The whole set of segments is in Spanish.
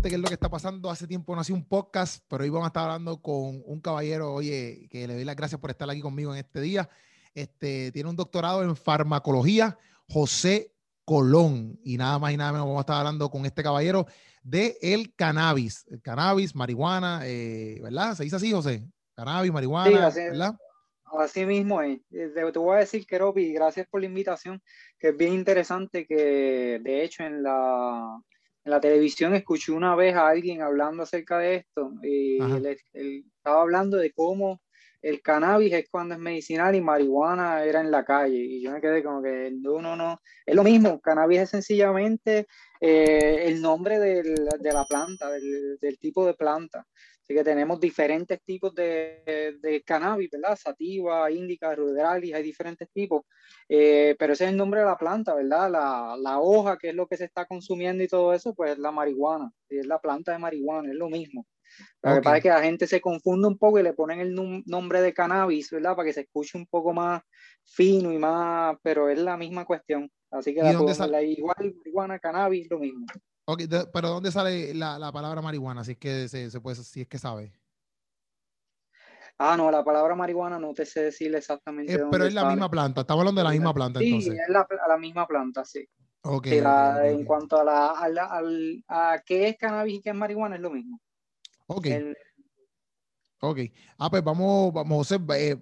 gente, qué es lo que está pasando. Hace tiempo no hacía un podcast, pero hoy vamos a estar hablando con un caballero, oye, que le doy las gracias por estar aquí conmigo en este día. Tiene un doctorado en farmacología, José Colón, y nada más y nada menos vamos a estar hablando con este caballero de el cannabis, marihuana, ¿verdad? ¿Se dice así, José? Cannabis, Sí, marihuana, así, ¿verdad? así mismo es. Te voy a decir, Keropi, gracias por la invitación, que es bien interesante que, de hecho, en la televisión escuché una vez a alguien hablando acerca de esto y Ajá. él estaba hablando de cómo el cannabis es cuando es medicinal y marihuana era en la calle. Y yo me quedé como que, no, no, no. Es lo mismo, cannabis es sencillamente el nombre de la planta, del tipo de planta. Así que tenemos diferentes tipos de cannabis, ¿verdad? Sativa, índica, ruderalis, hay diferentes tipos. Pero ese es el nombre de la planta, ¿verdad? La hoja, que es lo que se está consumiendo y todo eso, pues es la marihuana, y es la planta de marihuana, es lo mismo. Lo que Ok. pasa es que la gente se confunde un poco y le ponen el nombre de cannabis, ¿verdad? Para que se escuche un poco más fino y más, pero es la misma cuestión. Así que ¿Y dónde sale? igual marihuana, cannabis, lo mismo. Okay, pero ¿dónde sale la palabra marihuana? Si es que se puede, si es que sabe. Ah, no, la palabra marihuana no te sé decir exactamente Pero dónde es la sale. misma planta. Estamos hablando de la misma planta Sí, entonces. es la misma planta, sí. Ok, Sí, ok, ok, ok. en cuanto a qué es cannabis y qué es marihuana, es lo mismo. Ok, El- ok. Pues vamos, José,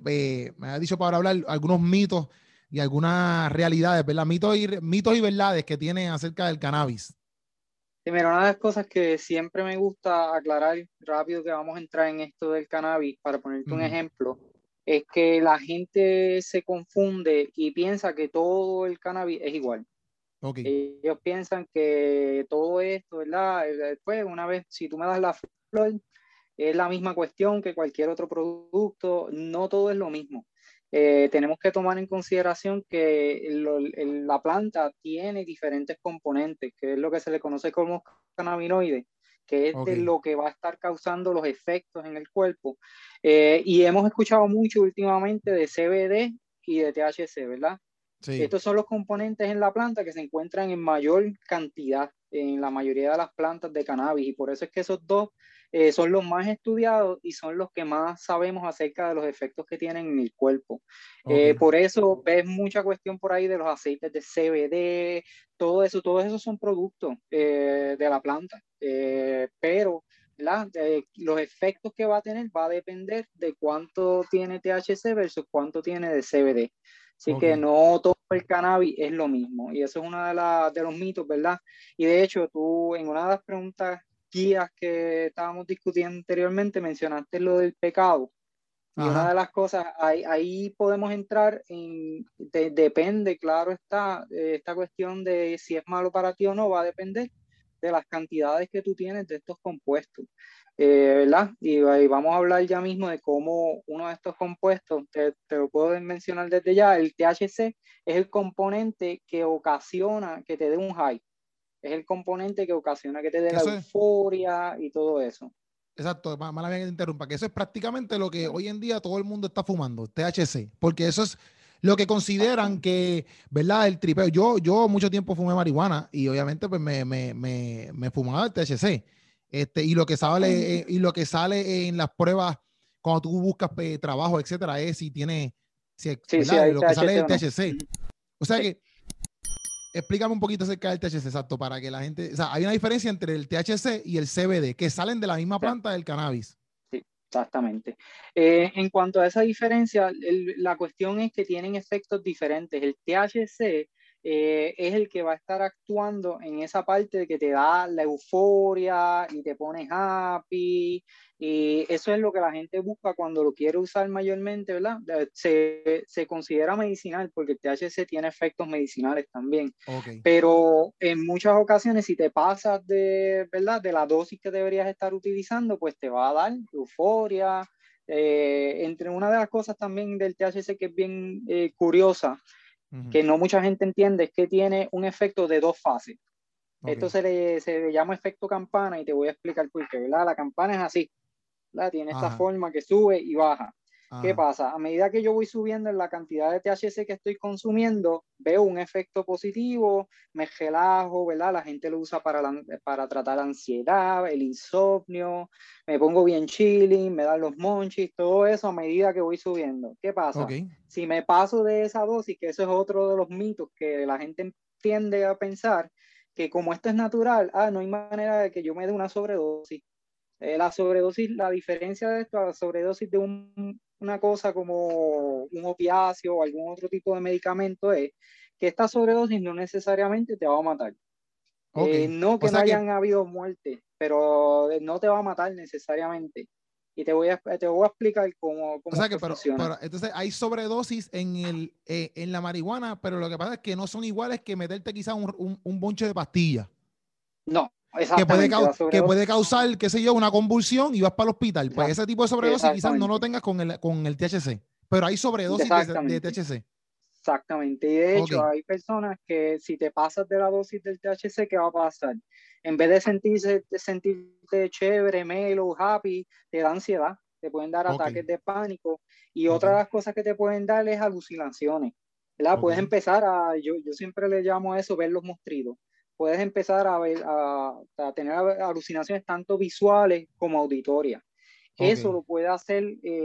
me ha dicho para hablar algunos mitos y algunas realidades, ¿verdad? Mitos y verdades que tienen acerca del cannabis. sí, mira, una de las cosas que siempre me gusta aclarar rápido que vamos a entrar en esto del cannabis, para ponerte un Ujú. ejemplo, es que la gente se confunde y piensa que todo el cannabis es igual. Ok, Ellos piensan que todo esto, ¿verdad? Después, una vez, si tú me das la flor, es la misma cuestión que cualquier otro producto, no todo es lo mismo. Tenemos que tomar en consideración que la planta tiene diferentes componentes, que es lo que se le conoce como cannabinoides, que es ok. de lo que va a estar causando los efectos en el cuerpo. Y hemos escuchado mucho últimamente de CBD y de THC, ¿verdad? Sí. Estos son los componentes en la planta que se encuentran en mayor cantidad en la mayoría de las plantas de cannabis y por eso es que esos dos son los más estudiados y son los que más sabemos acerca de los efectos que tienen en el cuerpo. Ok, Por eso ves mucha cuestión por ahí de los aceites de CBD, todos esos son productos de la planta, pero los efectos que va a tener va a depender de cuánto tiene THC versus cuánto tiene de CBD. Así ok. que no todo el cannabis es lo mismo. Y eso es uno de los mitos, ¿verdad? Y de hecho, tú en una de las preguntas guías que estábamos discutiendo anteriormente mencionaste lo del pecado. Y una de Ajá. las cosas, ahí podemos entrar depende, claro está, esta cuestión de si es malo para ti o no, va a depender de las cantidades que tú tienes de estos compuestos, ¿verdad? Y vamos a hablar ya mismo de cómo uno de estos compuestos, te lo puedo mencionar desde ya, el THC es el componente que ocasiona que te dé un high, es el componente que ocasiona que te dé Que la eso es, euforia y todo eso. exacto, mala mía que te interrumpa, que eso es prácticamente lo que hoy en día todo el mundo está fumando, THC, porque eso es lo que consideran que, ¿verdad? El tripeo. Yo mucho tiempo fumé marihuana y obviamente pues me fumaba el THC. Exactamente. Y lo que sale en las pruebas cuando tú buscas trabajo, etcétera, es si tiene, si, Sí, sí, ¿verdad? hay Lo que sale es THC el o no. THC. Ujú. O sea Sí. que explícame un poquito acerca del THC, exacto, para que la gente, o sea, hay una diferencia entre el THC y el CBD, que salen de la misma Ya. planta del cannabis. Sí, exactamente. En cuanto a esa diferencia, la cuestión es que tienen efectos diferentes. El THC es el que va a estar actuando en esa parte de que te da la euforia y te pones happy. Y eso es lo que la gente busca cuando lo quiere usar mayormente, ¿verdad? Se considera medicinal porque el THC tiene efectos medicinales también, Ok, pero en muchas ocasiones si te pasas de, ¿verdad? De la dosis que deberías estar utilizando, pues te va a dar euforia. Entre una de las cosas también del THC que es bien curiosa, ujú, que no mucha gente entiende, es que tiene un efecto de dos fases. ok, Esto se le llama efecto campana y te voy a explicar por qué, ¿verdad? La campana es así, ¿verdad? Tiene esta ajá, forma que sube y baja. ¿Qué Ajá. pasa? A medida que yo voy subiendo en la cantidad de THC que estoy consumiendo, veo un efecto positivo, me relajo, ¿verdad? La gente lo usa para tratar la ansiedad, el insomnio, me pongo bien chilling, me dan los monchis, todo eso a medida que voy subiendo. ¿Qué Ok, pasa? Si me paso de esa dosis, que eso es otro de los mitos que la gente tiende a pensar, que como esto es natural, no hay manera de que yo me dé una sobredosis. La sobredosis, la diferencia de esto a la sobredosis de una cosa como un opiáceo o algún otro tipo de medicamento es que esta sobredosis no necesariamente te va a matar. ok. No O que no sea que, hayan habido muertes, pero no te va a matar necesariamente. Y te voy a explicar o cómo sea es que, que funciona. pero entonces hay sobredosis en la marihuana, pero lo que pasa es que no son iguales que meterte quizá un bonche de pastillas, No, exactamente, la que sobredosis puede causar, qué sé yo, una convulsión y vas para el hospital. Pues exact- ese tipo de sobredosis quizás no lo exactamente, tengas con el THC, pero hay sobredosis de exactamente. THC. Exactamente, y de Ok, hecho hay personas que si te pasas de la dosis del THC, ¿qué va a pasar? En vez de sentirte chévere, mellow, happy, te da ansiedad, te pueden dar ok, ataques de pánico y ok, otra de las cosas que te pueden dar es alucinaciones, ¿verdad? ok, Puedes empezar yo siempre le llamo a eso ver los mostritos, puedes empezar a tener alucinaciones tanto visuales como auditorias. ok, Eso lo puede hacer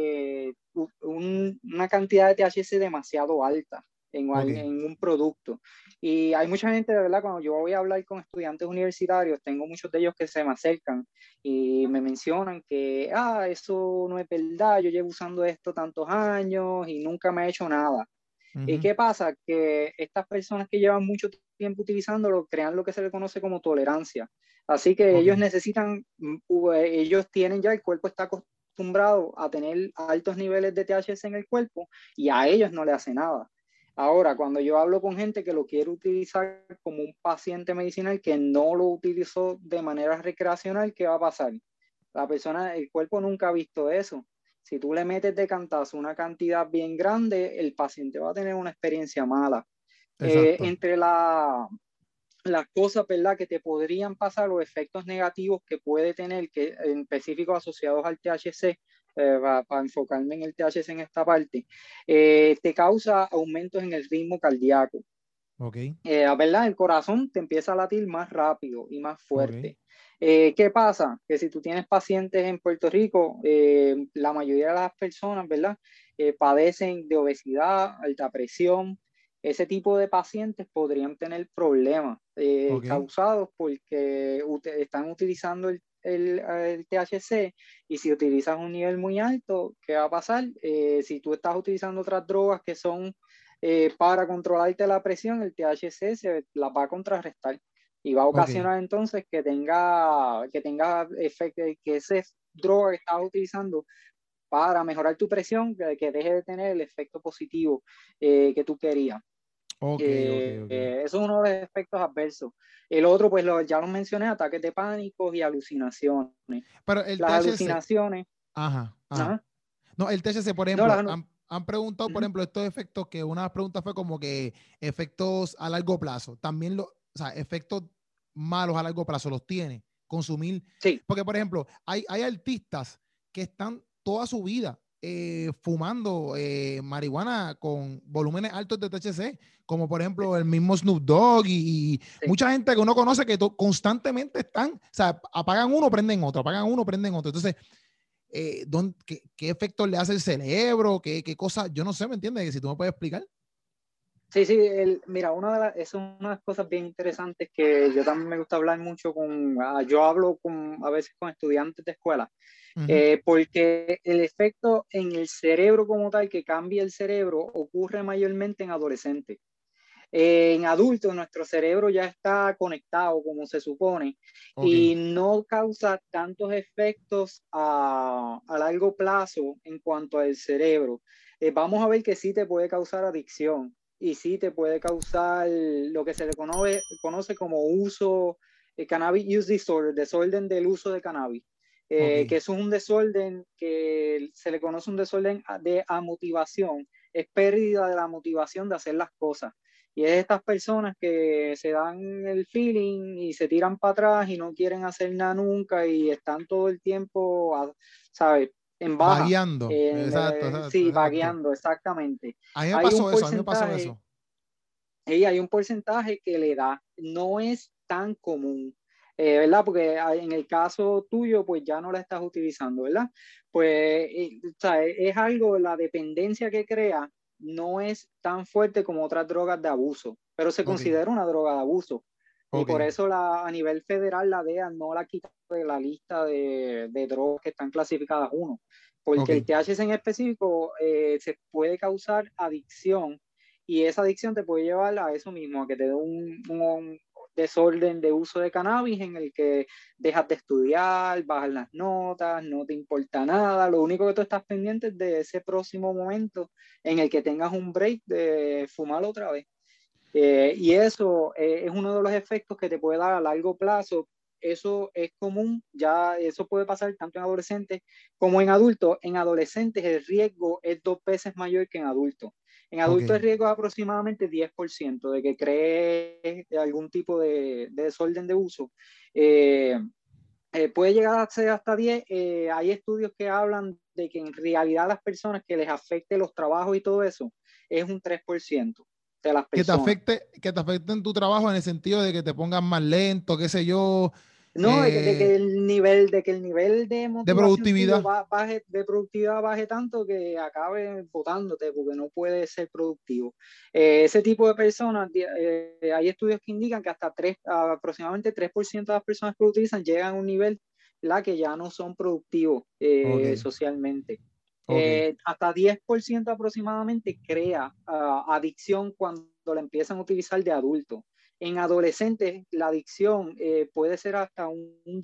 una cantidad de THC demasiado alta ok, en un producto. Y hay mucha gente, de verdad, cuando yo voy a hablar con estudiantes universitarios, tengo muchos de ellos que se me acercan y me mencionan que, eso no es verdad, yo llevo usando esto tantos años y nunca me he hecho nada. ¿Y ujú, qué pasa? Que estas personas que llevan mucho tiempo utilizándolo crean lo que se le conoce como tolerancia. Así que ok, ellos necesitan, ellos tienen ya, el cuerpo está acostumbrado a tener altos niveles de THC en el cuerpo y a ellos no le hace nada. Ahora, cuando yo hablo con gente que lo quiere utilizar como un paciente medicinal que no lo utilizó de manera recreacional, ¿qué va a pasar? La persona, el cuerpo nunca ha visto eso. Si tú le metes de cantazo una cantidad bien grande, el paciente va a tener una experiencia mala. exacto, Entre las cosas, ¿verdad?, que te podrían pasar, los efectos negativos que puede tener, que en específico asociados al THC, para enfocarme en el THC en esta parte, te causa aumentos en el ritmo cardíaco. ok, ¿Verdad? El corazón te empieza a latir más rápido y más ok, fuerte. ¿Qué pasa? Que si tú tienes pacientes en Puerto Rico, la mayoría de las personas, ¿verdad? Padecen de obesidad, alta presión. Ese tipo de pacientes podrían tener problemas ok, causados porque están utilizando el THC y si utilizas un nivel muy alto, ¿qué va a pasar? Si tú estás utilizando otras drogas que son para controlarte la presión, el THC se la va a contrarrestar y va a ok, ocasionar entonces que tenga efecto, que esa droga que estás utilizando para mejorar tu presión, que deje de tener el efecto positivo que tú querías. ok, ok, ok. Eso es uno de los efectos adversos. El otro, pues ya lo mencioné, ataques de pánico y alucinaciones. Pero el Las THC, alucinaciones, ajá, ajá. ajá, No, el THC, por no, ejemplo, han preguntado, por ujú, ejemplo, estos efectos, que una pregunta fue como que efectos a largo plazo. También o sea, efectos malos a largo plazo los tiene consumir. sí, Porque, por ejemplo, hay artistas que están toda su vida fumando marihuana con volúmenes altos de THC, como por ejemplo el mismo Snoop Dogg y sí. mucha gente que uno conoce que constantemente están, o sea, apagan uno, prenden otro, apagan uno, prenden otro. Entonces, qué efecto le hace el cerebro, qué cosa, yo no sé, ¿me entiendes? Si tú me puedes explicar. Sí, sí, mira, es una de las cosas bien interesantes que yo también me gusta hablar mucho yo hablo a veces con estudiantes de escuela, Ujú. porque el efecto en el cerebro como tal, que cambia el cerebro, ocurre mayormente en adolescentes. En adultos nuestro cerebro ya está conectado como se supone Ok, y no causa tantos efectos a largo plazo en cuanto al cerebro. Vamos a ver que sí te puede causar adicción y sí te puede causar lo que se le conoce como cannabis use disorder, desorden del uso de cannabis. ok, Que eso es un desorden que se le conoce un desorden de amotivación, es pérdida de la motivación de hacer las cosas. Y es estas personas que se dan el feeling y se tiran para atrás y no quieren hacer nada nunca y están todo el tiempo, ¿sabes? en baja. Vagueando. Exacto, exacto, Sí, exacto. vagueando, exactamente. A mí me Hay un pasó eso, a mí me pasó porcentaje, eso. hay un porcentaje que le da, no es tan común, ¿verdad? Porque en el caso tuyo, pues ya no la estás utilizando, ¿verdad? Pues, o sea, es algo, la dependencia que crea no es tan fuerte como otras drogas de abuso, pero se Ok, considera una droga de abuso. Y ok, por eso a nivel federal la DEA no la quita de la lista de drogas que están clasificadas uno, porque ok, el THC en específico se puede causar adicción y esa adicción te puede llevar a eso mismo, a que te dé un desorden de uso de cannabis en el que dejas de estudiar, bajas las notas, no te importa nada, lo único que tú estás pendiente es de ese próximo momento en el que tengas un break de fumar otra vez. Y eso es uno de los efectos que te puede dar a largo plazo. Eso es común, ya eso puede pasar tanto en adolescentes como en adultos. En adolescentes el riesgo es 2 veces mayor que en adultos. En ok. adultos el riesgo es aproximadamente 10% de que cree algún tipo de desorden de uso. Eh, Puede llegar a ser hasta 10. Hay estudios que hablan de que en realidad las personas que les afecte los trabajos y todo eso es un 3% de las personas. Que te afecte en tu trabajo en el sentido de que te pongas más lento, qué sé yo, No, de que el nivel de de motivación tuyo productividad. baje, de productividad baje tanto que acabe botándote porque no puedes ser productivo. Ese tipo de personas, hay estudios que indican que hasta aproximadamente 3% de las personas que lo utilizan llegan a un nivel la que ya no son productivos Ok, socialmente. ok, Hasta 10% aproximadamente crea adicción cuando la empiezan a utilizar de adulto. En adolescentes, la adicción puede ser hasta un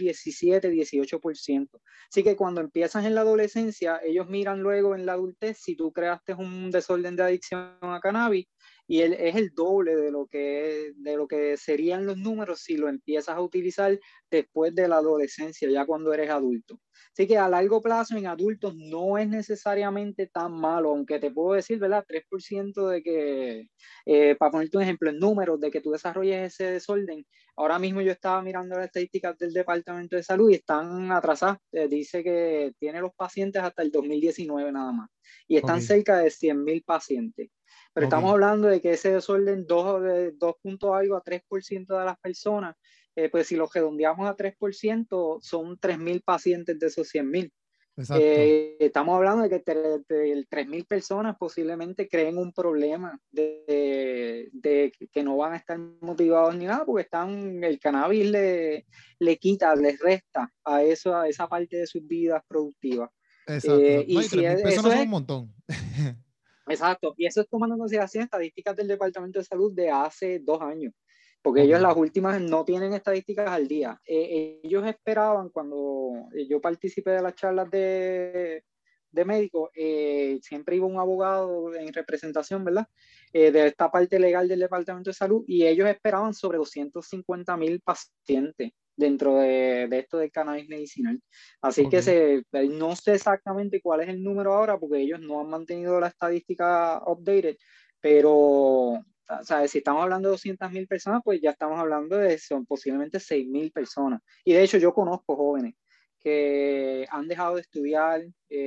17-18%. Así que cuando empiezas en la adolescencia, ellos miran luego en la adultez si tú creaste un desorden de adicción a cannabis y es el doble de lo que serían los números si lo empiezas a utilizar después de la adolescencia, ya cuando eres adulto. Así que a largo plazo en adultos no es necesariamente tan malo, aunque te puedo decir, ¿verdad? 3% de que para ponerte un ejemplo, en números de que tú desarrolles ese desorden. Ahora mismo yo estaba mirando las estadísticas del Departamento de Salud y están atrasadas. Dice que tiene los pacientes hasta el 2019 nada más. Y ok, están cerca de 100.000 pacientes. Pero ok, estamos hablando de que ese desorden, 2 puntos algo a 3% de las personas, pues si lo redondeamos a 3%, son 3.000 pacientes de esos 100.000. exacto. Estamos hablando de que 3.000 personas posiblemente creen un problema de que no van a estar motivados ni nada porque el cannabis le quita, les resta a eso, a esa parte de sus vidas productivas. Exacto, exacto. No, Y y si 3.000 eso personas son un es, montón. exacto, y eso es tomando en consideración estadísticas del Departamento de Salud de hace 2 años, porque Ok, ellos las últimas no tienen estadísticas al día. Ellos esperaban, cuando yo participé de las charlas de médicos, siempre iba un abogado en representación, ¿verdad? De esta parte legal del Departamento de Salud, y ellos esperaban sobre 250.000 pacientes dentro de esto del cannabis medicinal. Así ok, que no sé exactamente cuál es el número ahora porque ellos no han mantenido la estadística updated, pero o sea, si estamos hablando de 200.000 personas, pues ya estamos hablando de son posiblemente 6.000 personas. Y de hecho yo conozco jóvenes que han dejado de estudiar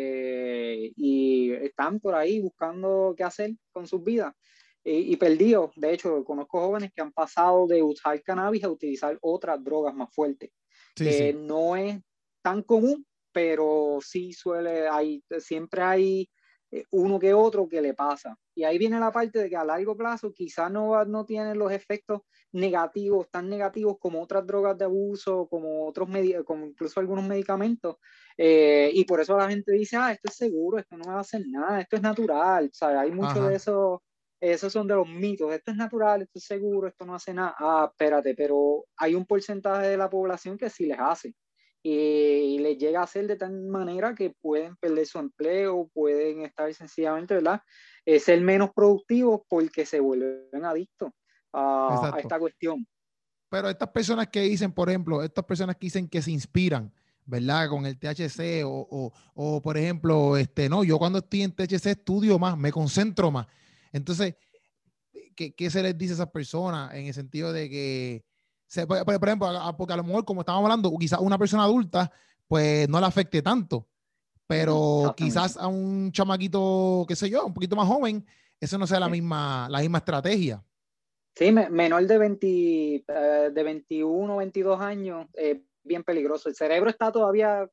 y están por ahí buscando qué hacer con sus vidas y perdidos. De hecho, conozco jóvenes que han pasado de usar cannabis a utilizar otras drogas más fuertes, sí, que sí. no es tan común, pero sí siempre hay uno que otro que le pasa. Y ahí viene la parte de que a largo plazo quizás no tienen los efectos negativos, tan negativos como otras drogas de abuso, como incluso algunos medicamentos. Y por eso la gente dice, esto es seguro, esto no me va a hacer nada, esto es natural. O sea, hay mucho de Ajá. eso. Esos son de los mitos. Esto es natural, esto es seguro, esto no hace nada. Espérate, pero hay un porcentaje de la población que sí les hace y les llega a hacer de tal manera que pueden perder su empleo, pueden estar sencillamente, ¿verdad? Ser menos productivos porque se vuelven adictos a Exacto. esta cuestión. Pero estas personas que dicen, por ejemplo, estas personas que dicen que se inspiran, ¿verdad? Con el THC o, por ejemplo, no, yo cuando estoy en THC estudio más, me concentro más. Entonces, ¿qué se les dice a esas personas en el sentido de que, por ejemplo, porque a lo mejor, como estábamos hablando, quizás una persona adulta, pues no le afecte tanto, pero Exactamente. quizás a un chamaquito, qué sé yo, un poquito más joven, eso no sea la misma estrategia. Sí, menor de 20, de 21, 22 años, bien peligroso. El cerebro está todavía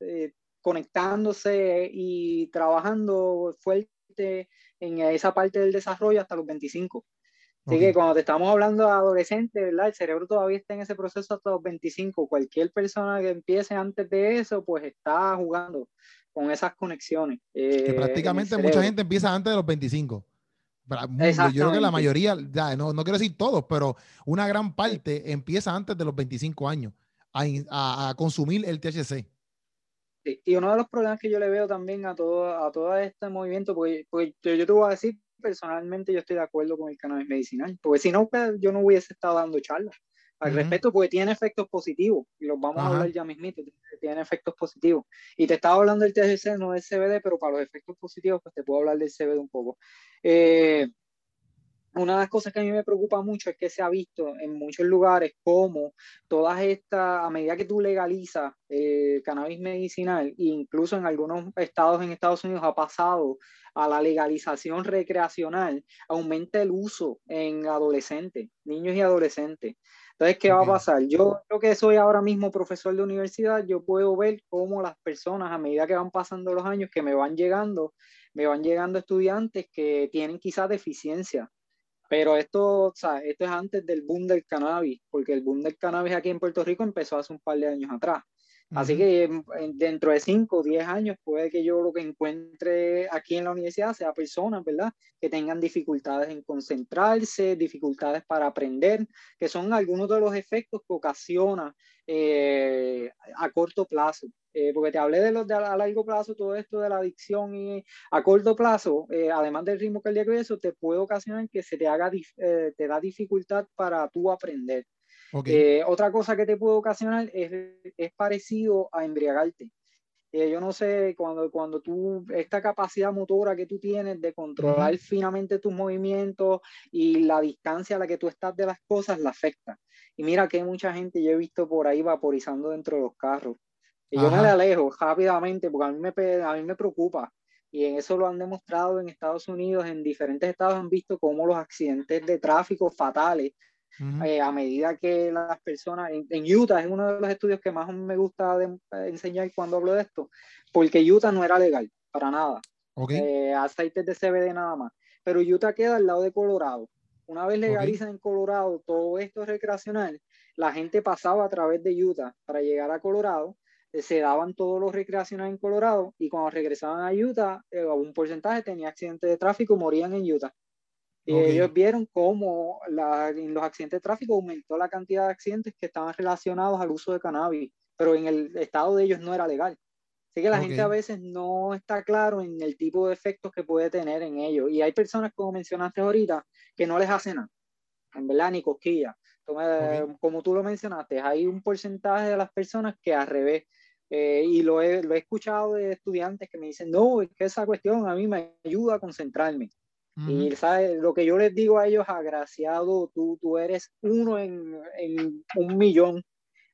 conectándose y trabajando fuerte en esa parte del desarrollo hasta los 25. Así Ok. que cuando te estamos hablando de adolescente, ¿verdad? El cerebro todavía está en ese proceso hasta los 25. Cualquier persona que empiece antes de eso, pues está jugando con esas conexiones Que en el prácticamente mucha cerebro. gente empieza antes de los 25. Yo creo que la Exactamente. mayoría, ya, no quiero decir todos, pero una gran Sí. parte empieza antes de los 25 años a consumir el THC. Sí, y uno de los problemas que yo le veo también a todo este movimiento, pues yo te voy a decir, personalmente yo estoy de acuerdo con el cannabis medicinal, porque si no, pues, yo no hubiese estado dando charlas al Ujú. respecto, porque tiene efectos positivos, y los vamos a hablar Ajá. ya mismito, tiene efectos positivos. Y te estaba hablando del THC, no del CBD, pero para los efectos positivos, pues te puedo hablar del CBD un poco. Eh, una de las cosas que a mí me preocupa mucho es que se ha visto en muchos lugares como todas estas, a medida que tú legalizas el cannabis medicinal, e incluso en algunos estados en Estados Unidos ha pasado a la legalización recreacional, aumenta el uso en adolescentes, niños y adolescentes. Entonces, ¿qué va Ok. a pasar? Yo que soy ahora mismo profesor de universidad, yo puedo ver cómo las personas, a medida que van pasando los años, que me van llegando estudiantes que tienen quizás deficiencia, pero esto, o sea, esto es antes del boom del cannabis, porque el boom del cannabis aquí en Puerto Rico empezó hace un par de años atrás. Así Ujú. que dentro de 5 o 10 años puede que yo lo que encuentre aquí en la universidad sea personas, ¿verdad? Que tengan dificultades en concentrarse, dificultades para aprender, que son algunos de los efectos que ocasiona a corto plazo. Porque te hablé de los de a largo plazo, todo esto de la adicción y a corto plazo, además del ritmo cardíaco y eso, te puede ocasionar que se te haga, te da dificultad para tú aprender. Ok. Otra cosa que te puede ocasionar es parecido a embriagarte. Yo no sé, cuando tú, esta capacidad motora que tú tienes de Ujú. controlar finamente tus movimientos y la distancia a la que tú estás de las cosas, la afecta. Y mira que hay mucha gente, yo he visto por ahí vaporizando dentro de los carros. Y yo me le Ajá. alejo rápidamente porque a mí me preocupa. Y en eso lo han demostrado en Estados Unidos, en diferentes estados han visto cómo los accidentes de tráfico fatales, Ujú. a medida que las personas, en Utah es uno de los estudios que más me gusta enseñar cuando hablo de esto, porque Utah no era legal para nada, Ok. aceites de CBD nada más, pero Utah queda al lado de Colorado. Una vez Ok. legalizan en Colorado todo esto recreacional, la gente pasaba a través de Utah para llegar a Colorado, se daban todos los recreacionales en Colorado y cuando regresaban a Utah, un porcentaje tenía accidentes de tráfico, morían en Utah. Y Ok. ellos vieron cómo en los accidentes de tráfico aumentó la cantidad de accidentes que estaban relacionados al uso de cannabis, pero en el estado de ellos no era legal. Así que la gente a Ok. veces no está claro en el tipo de efectos que puede tener en ellos. Y hay personas, como mencionaste ahorita, que no les hace nada, en verdad, ni cosquillas. Ok. Como tú lo mencionaste, hay un porcentaje de las personas que al revés, y lo he escuchado de estudiantes que me dicen, no, es que esa cuestión a mí me ayuda a concentrarme. Ujú. Y ¿sabes? Lo que yo les digo a ellos, agraciado, tú eres uno en un millón.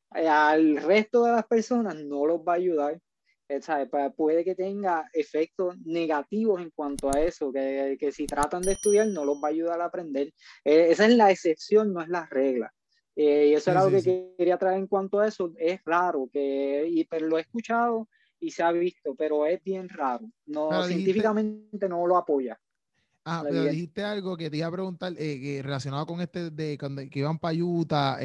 Al resto de las personas no los va a ayudar. ¿Sabes? Puede que tenga efectos negativos en cuanto a eso, que si tratan de estudiar no los va a ayudar a aprender. Esa es la excepción, no es la regla. Y eso Sí, era lo sí, que sí. quería traer en cuanto a eso. Es raro, pero lo he escuchado y se ha visto, pero es bien raro. No, Pero dijiste, científicamente no lo apoya la pero evidencia. dijiste algo que te iba a preguntar, que relacionado con este de cuando que iban para Utah,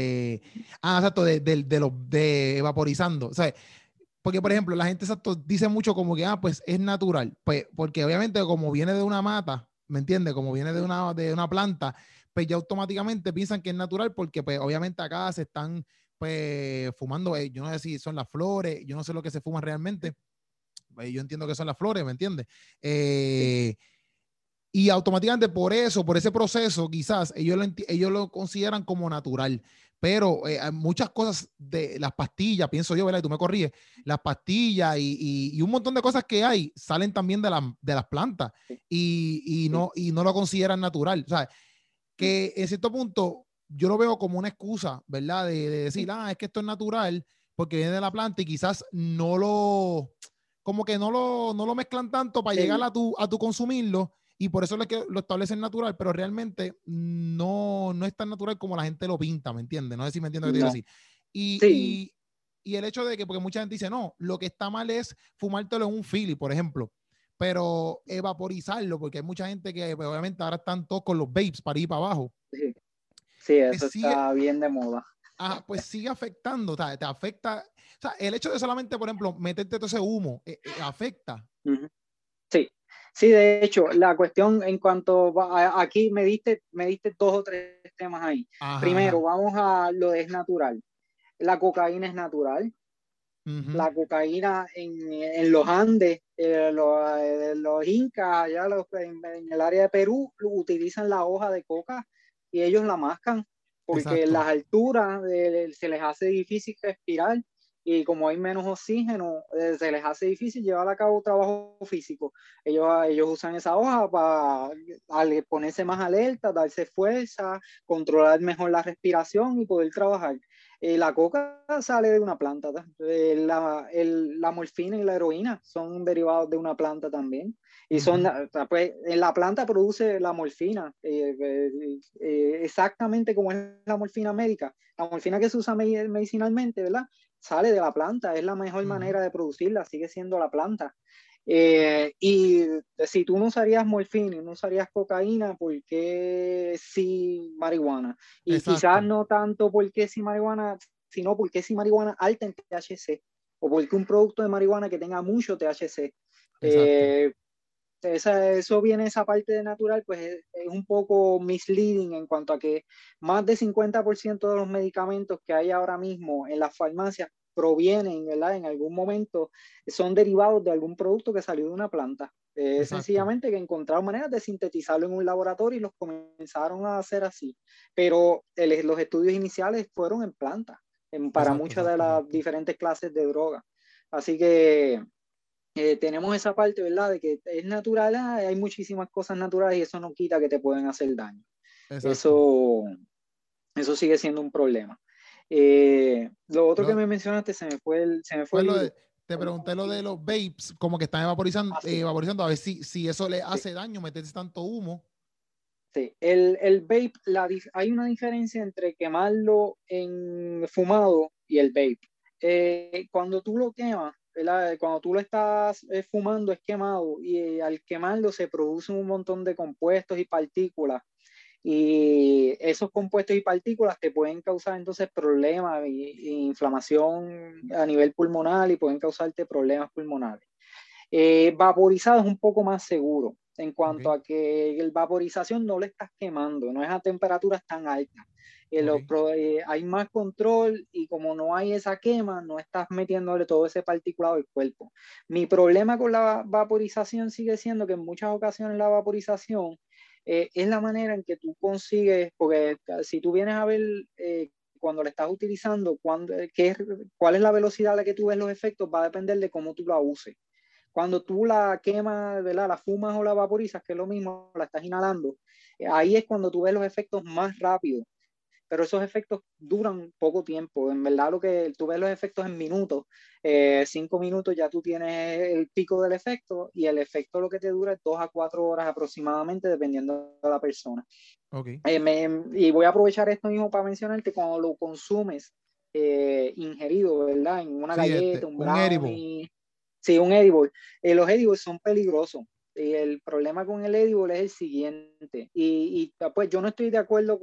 exacto, de los de vaporizando. O sea, porque, por ejemplo, la gente exacto dice mucho como que, pues es natural. Pues, porque obviamente como viene de una mata, ¿me entiendes? Como viene de una planta, pues ya automáticamente piensan que es natural porque, pues, obviamente acá se están, pues, fumando, yo no sé si son las flores, yo no sé lo que se fuman realmente, yo entiendo que son las flores, ¿me entiendes? Sí. Y automáticamente por eso, por ese proceso, quizás ellos lo consideran como natural. Pero hay muchas cosas de las pastillas, pienso yo, ¿verdad? Y tú me corriges, las pastillas y un montón de cosas que hay salen también de las plantas Sí, y sí. no lo consideran natural. O sea, Mm, que en cierto punto yo lo veo como una excusa, ¿verdad? De decir, sí. es que esto es natural porque viene de la planta y quizás no lo, como que no lo mezclan tanto para Sí. llegar a tu consumirlo, y por eso es que lo establecen natural, pero realmente no es tan natural como la gente lo pinta, ¿me entiendes? No sé si me entiendes lo que te quiero No. decir. Y, Sí. y el hecho de que, porque mucha gente dice, no, lo que está mal es fumártelo en un Philly, por ejemplo, pero vaporizarlo, porque hay mucha gente que pues, obviamente ahora están todos con los vapes para ir para abajo. Sí, sí, Pues eso sigue, está bien de moda. pues sigue afectando, o sea, te afecta, o sea, el hecho de solamente, por ejemplo, meterte todo ese humo, afecta. Ujú. Sí, sí, de hecho, la cuestión en cuanto aquí me diste dos o tres temas ahí. Ajá, Primero, ajá. vamos a lo de es natural. La cocaína es natural. Ujú. La cocaína en los Andes, los incas, allá en el área de Perú, utilizan la hoja de coca y ellos la mascan porque en Exacto, las alturas se les hace difícil respirar y como hay menos oxígeno, se les hace difícil llevar a cabo trabajo físico. Ellos usan esa hoja para ponerse más alerta, darse fuerza, controlar mejor la respiración y poder trabajar. La coca sale de una planta, la morfina y la heroína son derivados de una planta también. Y ujú, pues, en la planta produce la morfina, exactamente como es la morfina médica. La morfina que se usa medicinalmente, ¿verdad? Sale de la planta, es la mejor ujú. manera de producirla, sigue siendo la planta. Y si tú no usarías morfina y no usarías cocaína, ¿por qué sí marihuana? Y quizás Exacto, no tanto porque si marihuana, sino porque si marihuana alta en THC o porque un producto de marihuana que tenga mucho THC. exacto, Eh, eso viene, esa parte de natural, pues es un poco misleading en cuanto a que más del 50% de los medicamentos que hay ahora mismo en las farmacias provienen, ¿verdad? En algún momento son derivados de algún producto que salió de una planta. exacto, Sencillamente que encontraron maneras de sintetizarlo en un laboratorio y los comenzaron a hacer así. Pero los estudios iniciales fueron en plantas, para exacto, muchas de exacto, las exacto. diferentes clases de drogas. Así que tenemos esa parte, ¿verdad? De que es natural, hay muchísimas cosas naturales y eso no quita que te pueden hacer daño. Exacto. Eso, eso sigue siendo un problema. Lo otro que Lo, me mencionaste se me fue pues el hilo. te pregunté lo de los vapes, como que están evaporizando, Ah, sí, vaporizando, a ver si eso le sí, hace daño, meterse tanto humo. sí. El vape, hay una diferencia entre quemarlo en fumado y el vape. Cuando tú lo quemas, ¿verdad? Cuando tú lo estás fumando es quemado y al quemarlo se producen un montón de compuestos y partículas y esos compuestos y partículas te pueden causar entonces problemas y inflamación a nivel pulmonar y pueden causarte problemas pulmonares. Vaporizado es un poco más seguro en Ok, cuanto a que el vaporización no lo estás quemando, no es a temperaturas tan altas. ok, Hay más control y como no hay esa quema, no estás metiéndole todo ese particulado al cuerpo. Mi problema con la vaporización sigue siendo que en muchas ocasiones la vaporización es la manera en que tú consigues, porque si tú vienes a ver cuando la estás utilizando, cuál es la velocidad a la que tú ves los efectos, va a depender de cómo tú la uses. Cuando tú la quemas, ¿verdad? La fumas o la vaporizas, que es lo mismo, la estás inhalando, ahí es cuando tú ves los efectos más rápido, pero esos efectos duran poco tiempo. En verdad, lo que tú ves los efectos en minutos, 5 minutos ya tú tienes el pico del efecto y el efecto lo que te dura es 2 a 4 horas aproximadamente, dependiendo de la persona. ok. Y voy a aprovechar esto mismo para mencionarte cuando lo consumes ingerido, ¿verdad? En una Sí, galleta, un un edible. brownie. Sí, un edible. Los edibles son peligrosos. Y el problema con el edible es el siguiente. Pues yo no estoy de acuerdo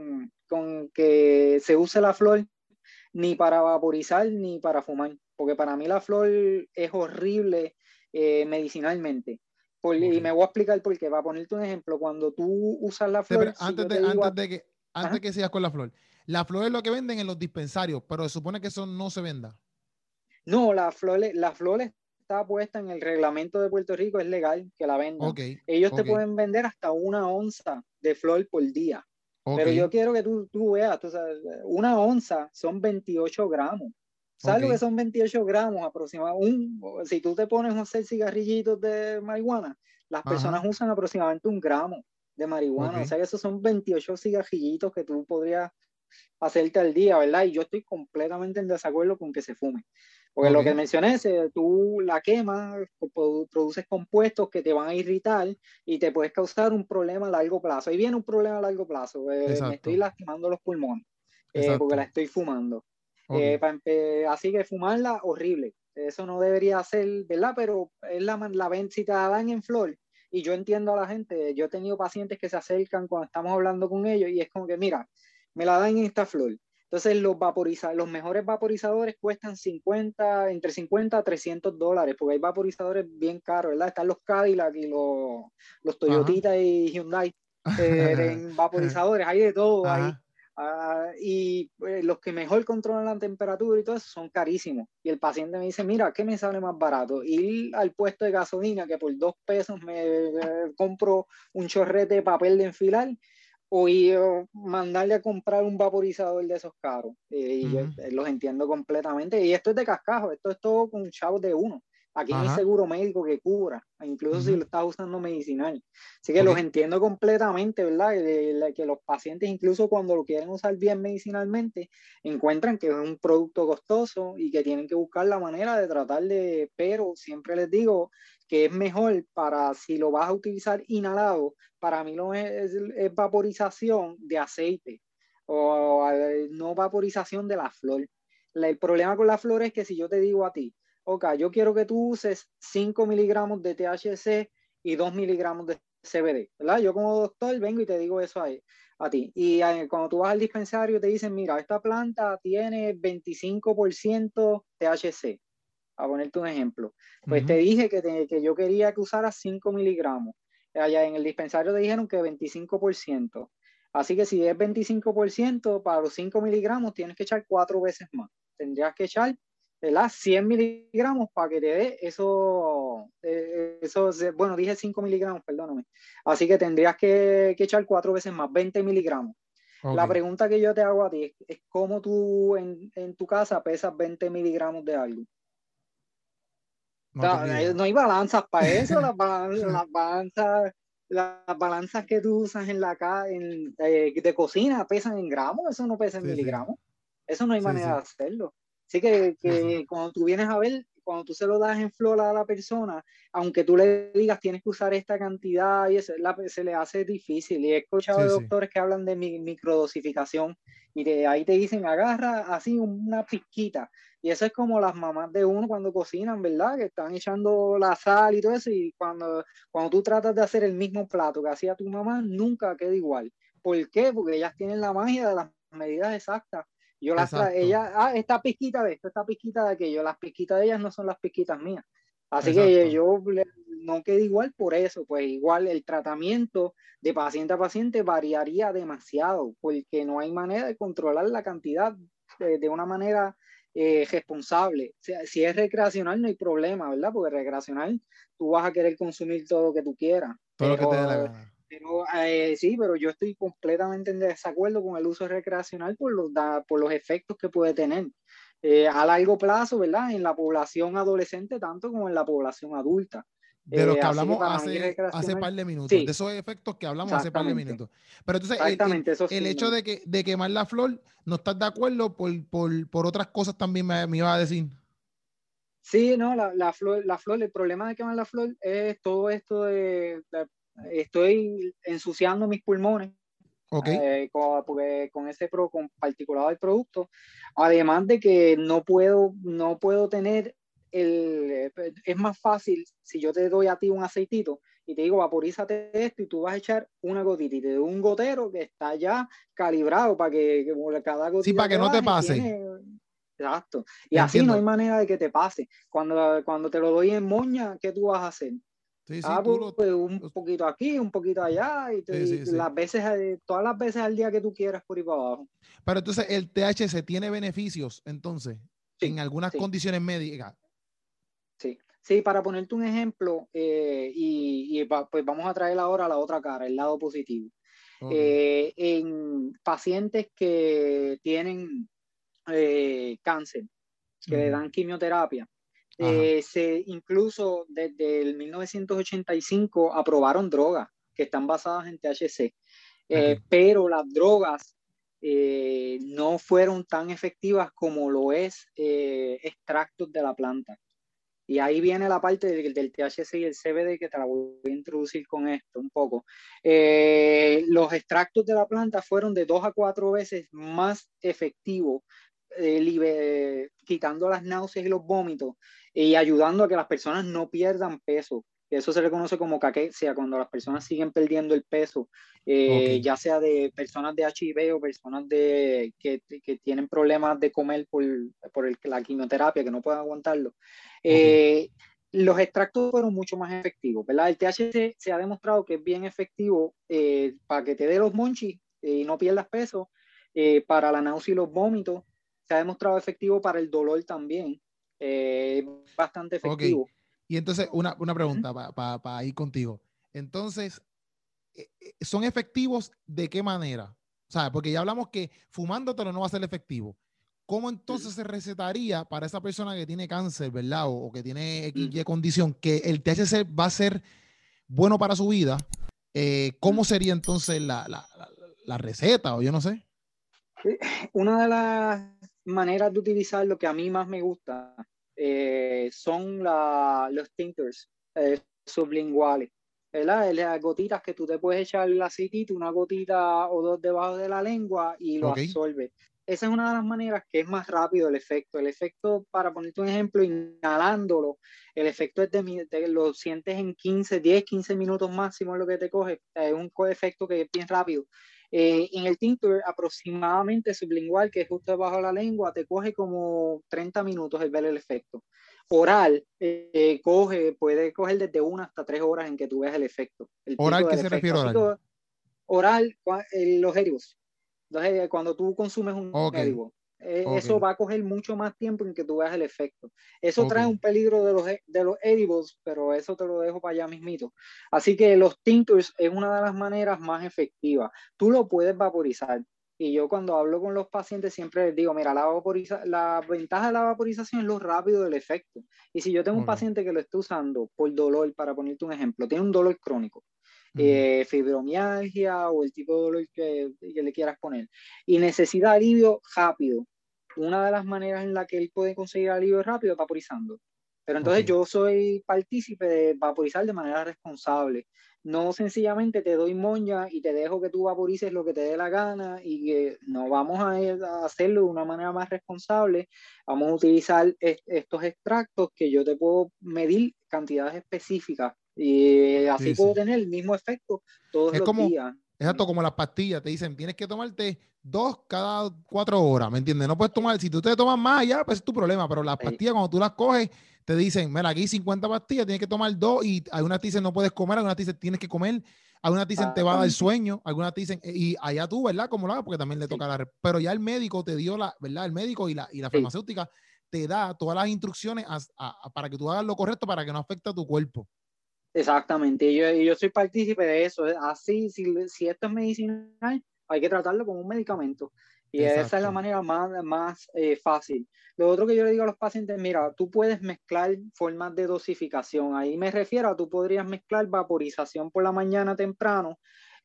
con que se use la flor ni para vaporizar ni para fumar. Porque para mí la flor es horrible medicinalmente. Ok. Y me voy a explicar por qué. Para ponerte un ejemplo, cuando tú usas la Te flor, pre- si antes yo de, te digo antes a... de que, antes Ajá. que sigas con la flor es lo que venden en los dispensarios, pero se supone que eso no se venda. No, la flor está puesta en el reglamento de Puerto Rico, es legal que la vendan. Ok, Ellos te ok, pueden vender hasta 1 onza de flor por día. ok, Pero yo quiero que tú veas, tú sabes, 1 onza son 28 gramos. ¿Sabes ok. lo que son 28 gramos aproximadamente? Si tú te pones a hacer cigarrillitos de marihuana, las personas Ajá, usan aproximadamente 1 gramo de ok. marihuana. O sea que esos son 28 cigarrillitos que tú podrías hacerte al día, ¿verdad? Y yo estoy completamente en desacuerdo con que se fume. Porque lo Ok, que mencioné, tú la quemas, produces compuestos que te van a irritar y te puedes causar un problema a largo plazo. Ahí viene un problema a largo plazo. Me estoy exacto, lastimando los pulmones porque la exacto. estoy fumando. Ok, Así que fumarla, horrible. Eso no debería ser, ¿verdad? Pero es si te la dan en flor, y yo entiendo a la gente, yo he tenido pacientes que se acercan cuando estamos hablando con ellos y es como que, mira, me la dan en esta flor. Entonces los mejores vaporizadores cuestan entre 50 a $300, porque hay vaporizadores bien caros, ¿verdad? Están los Cadillac y los ajá. Toyotita y Hyundai en vaporizadores, hay de todo ahí. Ajá, Y los que mejor controlan la temperatura y todo eso son carísimos. Y el paciente me dice, mira, ¿qué me sale más barato? Ir al puesto de gasolina que por 2 pesos me compro un chorrete de papel de enfilar o ir mandarle a comprar un vaporizador de esos caros. Y yo ujú, los entiendo completamente. Y esto es de cascajo, esto es todo con chavos de uno. Aquí no hay ajá, seguro médico que cubra, incluso si ujú, lo estás usando medicinal. Así que ok, los entiendo completamente, ¿verdad? Que los pacientes, incluso cuando lo quieren usar bien medicinalmente, encuentran que es un producto costoso y que tienen que buscar la manera de tratar de, pero siempre les digo que es mejor para si lo vas a utilizar inhalado, para mí lo es vaporización de aceite o no vaporización de la flor. El problema con la flor es que si yo te digo a ti, ok, yo quiero que tú uses 5 miligramos de THC y 2 miligramos de CBD, ¿verdad? Yo como doctor vengo y te digo eso a ti. Y cuando tú vas al dispensario te dicen, mira, esta planta tiene 25% THC, a ponerte un ejemplo. Pues te ujú, dije que yo quería que usaras 5 miligramos. Allá en el dispensario te dijeron que 25%. Así que si es 25%, para los 5 miligramos tienes que echar 4 veces más. Tendrías que echar, ¿verdad? 100 miligramos para que te dé bueno, dije 5 miligramos, perdóname. Así que tendrías que echar 4 veces más, 20 miligramos. La ok, pregunta que yo te hago a ti es cómo tú en tu casa pesas 20 miligramos de algo. no tengo No idea. hay balanzas para eso, las balanzas que tú usas de cocina pesan en gramos, eso no pesa en Sí, sí, miligramos, eso no hay sí, manera de sí, hacerlo. Así que, sí, sí, cuando tú vienes a ver, cuando tú se lo das en flor a la persona, aunque tú le digas tienes que usar esta cantidad y eso, se le hace difícil. Y he escuchado de sí, sí, doctores que hablan de microdosificación y ahí te dicen agarra así una pizquita y eso es como las mamás de uno cuando cocinan, ¿verdad? Que están echando la sal y todo eso. Y cuando tú tratas de hacer el mismo plato que hacía tu mamá, nunca queda igual. ¿Por qué? Porque ellas tienen la magia de las medidas exactas. exacto, Esta pizquita de esto, esta pizquita de aquello. Las pizquitas de ellas no son las pizquitas mías. Así que exacto. no queda igual por eso. Pues igual el tratamiento de paciente a paciente variaría demasiado, porque no hay manera de controlar la cantidad de una manera responsable. O sea, si es recreacional no hay problema, ¿verdad? Porque recreacional tú vas a querer consumir todo lo que tú quieras, Todo lo que te dé la gana. sí, pero yo estoy completamente en desacuerdo con el uso recreacional por los efectos que puede tener a largo plazo, ¿verdad? En la población adolescente tanto como en la población adulta. De los que Así que hablamos para mí hace recreacional, par de minutos, de sí, esos efectos que hablamos hace par de exactamente, minutos. Pero entonces, exactamente, eso el sí, hecho no. de quemar la flor, ¿no estás de acuerdo por otras cosas también me iba a decir? Sí, no, la flor, el problema de quemar la flor es todo esto estoy ensuciando mis pulmones Ok, porque con con particulado del producto, además de que no puedo tener es más fácil si yo te doy a ti un aceitito y te digo vaporízate esto y tú vas a echar una gotita y te doy un gotero que está ya calibrado para que cada sí, gotita para que que no te baje pase. tiene. Exacto. Y así no hay Entiendo. manera de que te pase. Cuando te lo doy en moña, ¿qué tú vas a hacer? Sí, sí, tú Pues un lo- poquito aquí, un poquito allá, sí, y sí, sí. todas las veces al día que tú quieras por ahí para abajo. Pero entonces el THC tiene beneficios, entonces, en Sí, algunas sí, condiciones médicas. sí. Sí, para ponerte un ejemplo, pues vamos a traer ahora la otra cara, el lado positivo. Ok. En pacientes que tienen cáncer, que le Ujú, dan quimioterapia, ajá. incluso desde el 1985 aprobaron drogas que están basadas en THC. Ok. Pero las drogas no fueron tan efectivas como lo es extractos de la planta. Y ahí viene la parte del THC y el CBD que te la voy a introducir con esto un poco. Los extractos de la planta fueron de 2 a 4 veces más efectivos, quitando las náuseas y los vómitos y ayudando a que las personas no pierdan peso. Eso se le conoce como caquexia, cuando las personas siguen perdiendo el peso, Ok, ya sea de personas de HIV o personas que tienen problemas de comer por la quimioterapia, que no pueden aguantarlo. ok, Eh, los extractos fueron mucho más efectivos, ¿verdad? El THC se ha demostrado que es bien efectivo para que te dé los monchis y no pierdas peso, para la náusea y los vómitos. Se ha demostrado efectivo para el dolor también, bastante ok. efectivo. Y entonces, una Uh -huh. pregunta para ir contigo. Entonces, ¿son efectivos de qué manera? O sea, porque ya hablamos que fumándotelo no va a ser efectivo. ¿Cómo Uh -huh. entonces se recetaría para esa persona que tiene cáncer, ¿verdad? O que tiene Uh XY condición, que el THC va a ser bueno para su vida? ¿Cómo -huh. sería entonces la receta? O yo no sé. Una de las maneras de utilizar lo que a mí más me gusta son los tinctures sublinguales, ¿verdad? Las gotitas que tú te puedes echar el aceitito, una gotita o dos debajo de la lengua y lo Ok, absorbe. Esa es una de las maneras que es más rápido el efecto. El efecto, para ponerte un ejemplo, inhalándolo, el efecto es lo sientes en 15 minutos máximo lo que te coge. Es un efecto que es bien rápido. En el tincture aproximadamente sublingual, que es justo debajo de la lengua, te coge como 30 minutos el ver el efecto. Oral, puede coger desde 1 hasta 3 horas en que tú veas el efecto, el oral, pico ¿qué del se efecto. refiere Así oral? que oral, los heridos. Entonces, cuando tú consumes un Ok, edible, ok, eso va a coger mucho más tiempo en que tú veas el efecto. Eso ok, trae un peligro de los edibles, pero eso te lo dejo para allá mismito. Así que los tinctures es una de las maneras más efectivas. Tú lo puedes vaporizar. Y yo cuando hablo con los pacientes siempre les digo, mira, la ventaja de la vaporización es lo rápido del efecto. Y si yo tengo un ok. paciente que lo está usando por dolor, para ponerte un ejemplo, tiene un dolor crónico, Ujú. fibromialgia o el tipo de dolor que le quieras poner, y necesita alivio rápido. Una de las maneras en la que él puede conseguir alivio rápido es vaporizando. Pero Ok, entonces yo soy partícipe de vaporizar de manera responsable. No sencillamente te doy moña y te dejo que tú vaporices lo que te dé la gana y que no vamos a hacerlo de una manera más responsable. Vamos a utilizar estos extractos que yo te puedo medir cantidades específicas y así sí, puedo sí. tener el mismo efecto todos Es los como, días. exacto, como las pastillas, te dicen, tienes que tomarte 2 cada 4 horas, ¿me entiendes? No puedes tomar, si tú te tomas más ya, pues es tu problema, pero las Eh, pastillas cuando tú las coges, te dicen, mira, aquí hay 50 pastillas, tienes que tomar 2 y algunas te dicen no puedes comer, algunas te dicen tienes que comer, algunas te dicen te va a dar Exactamente. sueño, algunas te dicen, y allá tú, ¿verdad? Como lo hagas, porque también le Sí, toca dar, pero ya el médico te dio ¿verdad? El médico y la sí. farmacéutica te da todas las instrucciones para que tú hagas lo correcto para que no afecte a tu cuerpo. Exactamente, y yo soy partícipe de eso. Así, si esto es medicinal, hay que tratarlo como un medicamento. Y esa es la Exacto. manera más fácil. Lo otro que yo le digo a los pacientes, mira, tú puedes mezclar formas de dosificación. Ahí me refiero a tú podrías mezclar vaporización por la mañana temprano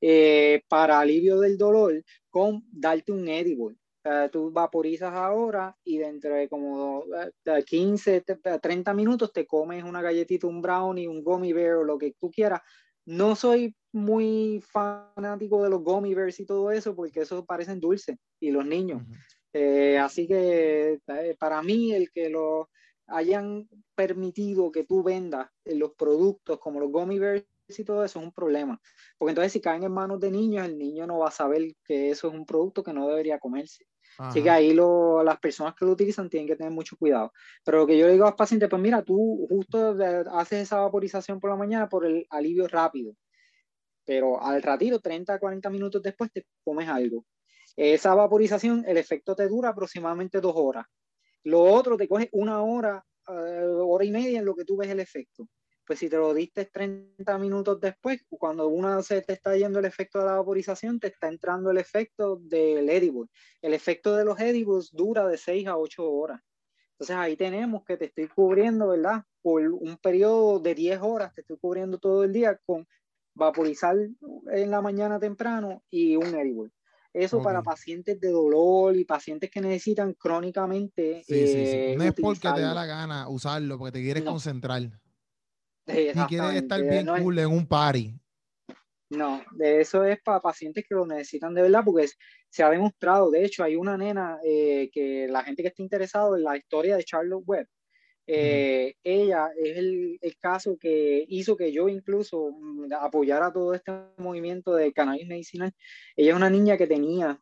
para alivio del dolor con darte un edible. Tú vaporizas ahora y dentro de como 15, 30 minutos te comes una galletita, un brownie, un gummy bear o lo que tú quieras. No soy muy fanático de los gummy bears y todo eso porque esos parecen dulces y los niños. Ujú. Así que para mí el que lo hayan permitido que tú vendas los productos como los gummy bears y todo eso es un problema. Porque entonces si caen en manos de niños, el niño no va a saber que eso es un producto que no debería comerse. Así que Ajá. ahí las personas que lo utilizan tienen que tener mucho cuidado. Pero lo que yo le digo a los pacientes, pues mira, tú justo haces esa vaporización por la mañana por el alivio rápido, pero al ratito, 30 a 40 minutos después, te comes algo. Esa vaporización, el efecto te dura aproximadamente 2 horas. Lo otro te coge 1 hora, hora y media en lo que tú ves el efecto. Pues si te lo diste 30 minutos después, cuando una se te está yendo el efecto de la vaporización, te está entrando el efecto del edible. El efecto de los edibles dura de 6 a 8 horas. Entonces ahí tenemos que te estoy cubriendo, ¿verdad? Por un periodo de 10 horas, te estoy cubriendo todo el día con vaporizar en la mañana temprano y un edible. eso para Ok. pacientes de dolor y pacientes que necesitan crónicamente Sí, sí, sí. No es porque te da utilizarlo. la gana usarlo, porque te quieres No, concentrar y quieres estar exactamente. bien No es, cool en un party. no, de eso es para pacientes que lo necesitan de verdad, porque se ha demostrado. De hecho, hay una nena que la gente que está interesado en la historia de Charlotte Webb, Ujú. ella es el caso que hizo que yo incluso apoyara todo este movimiento de cannabis medicinal. Ella es una niña que tenía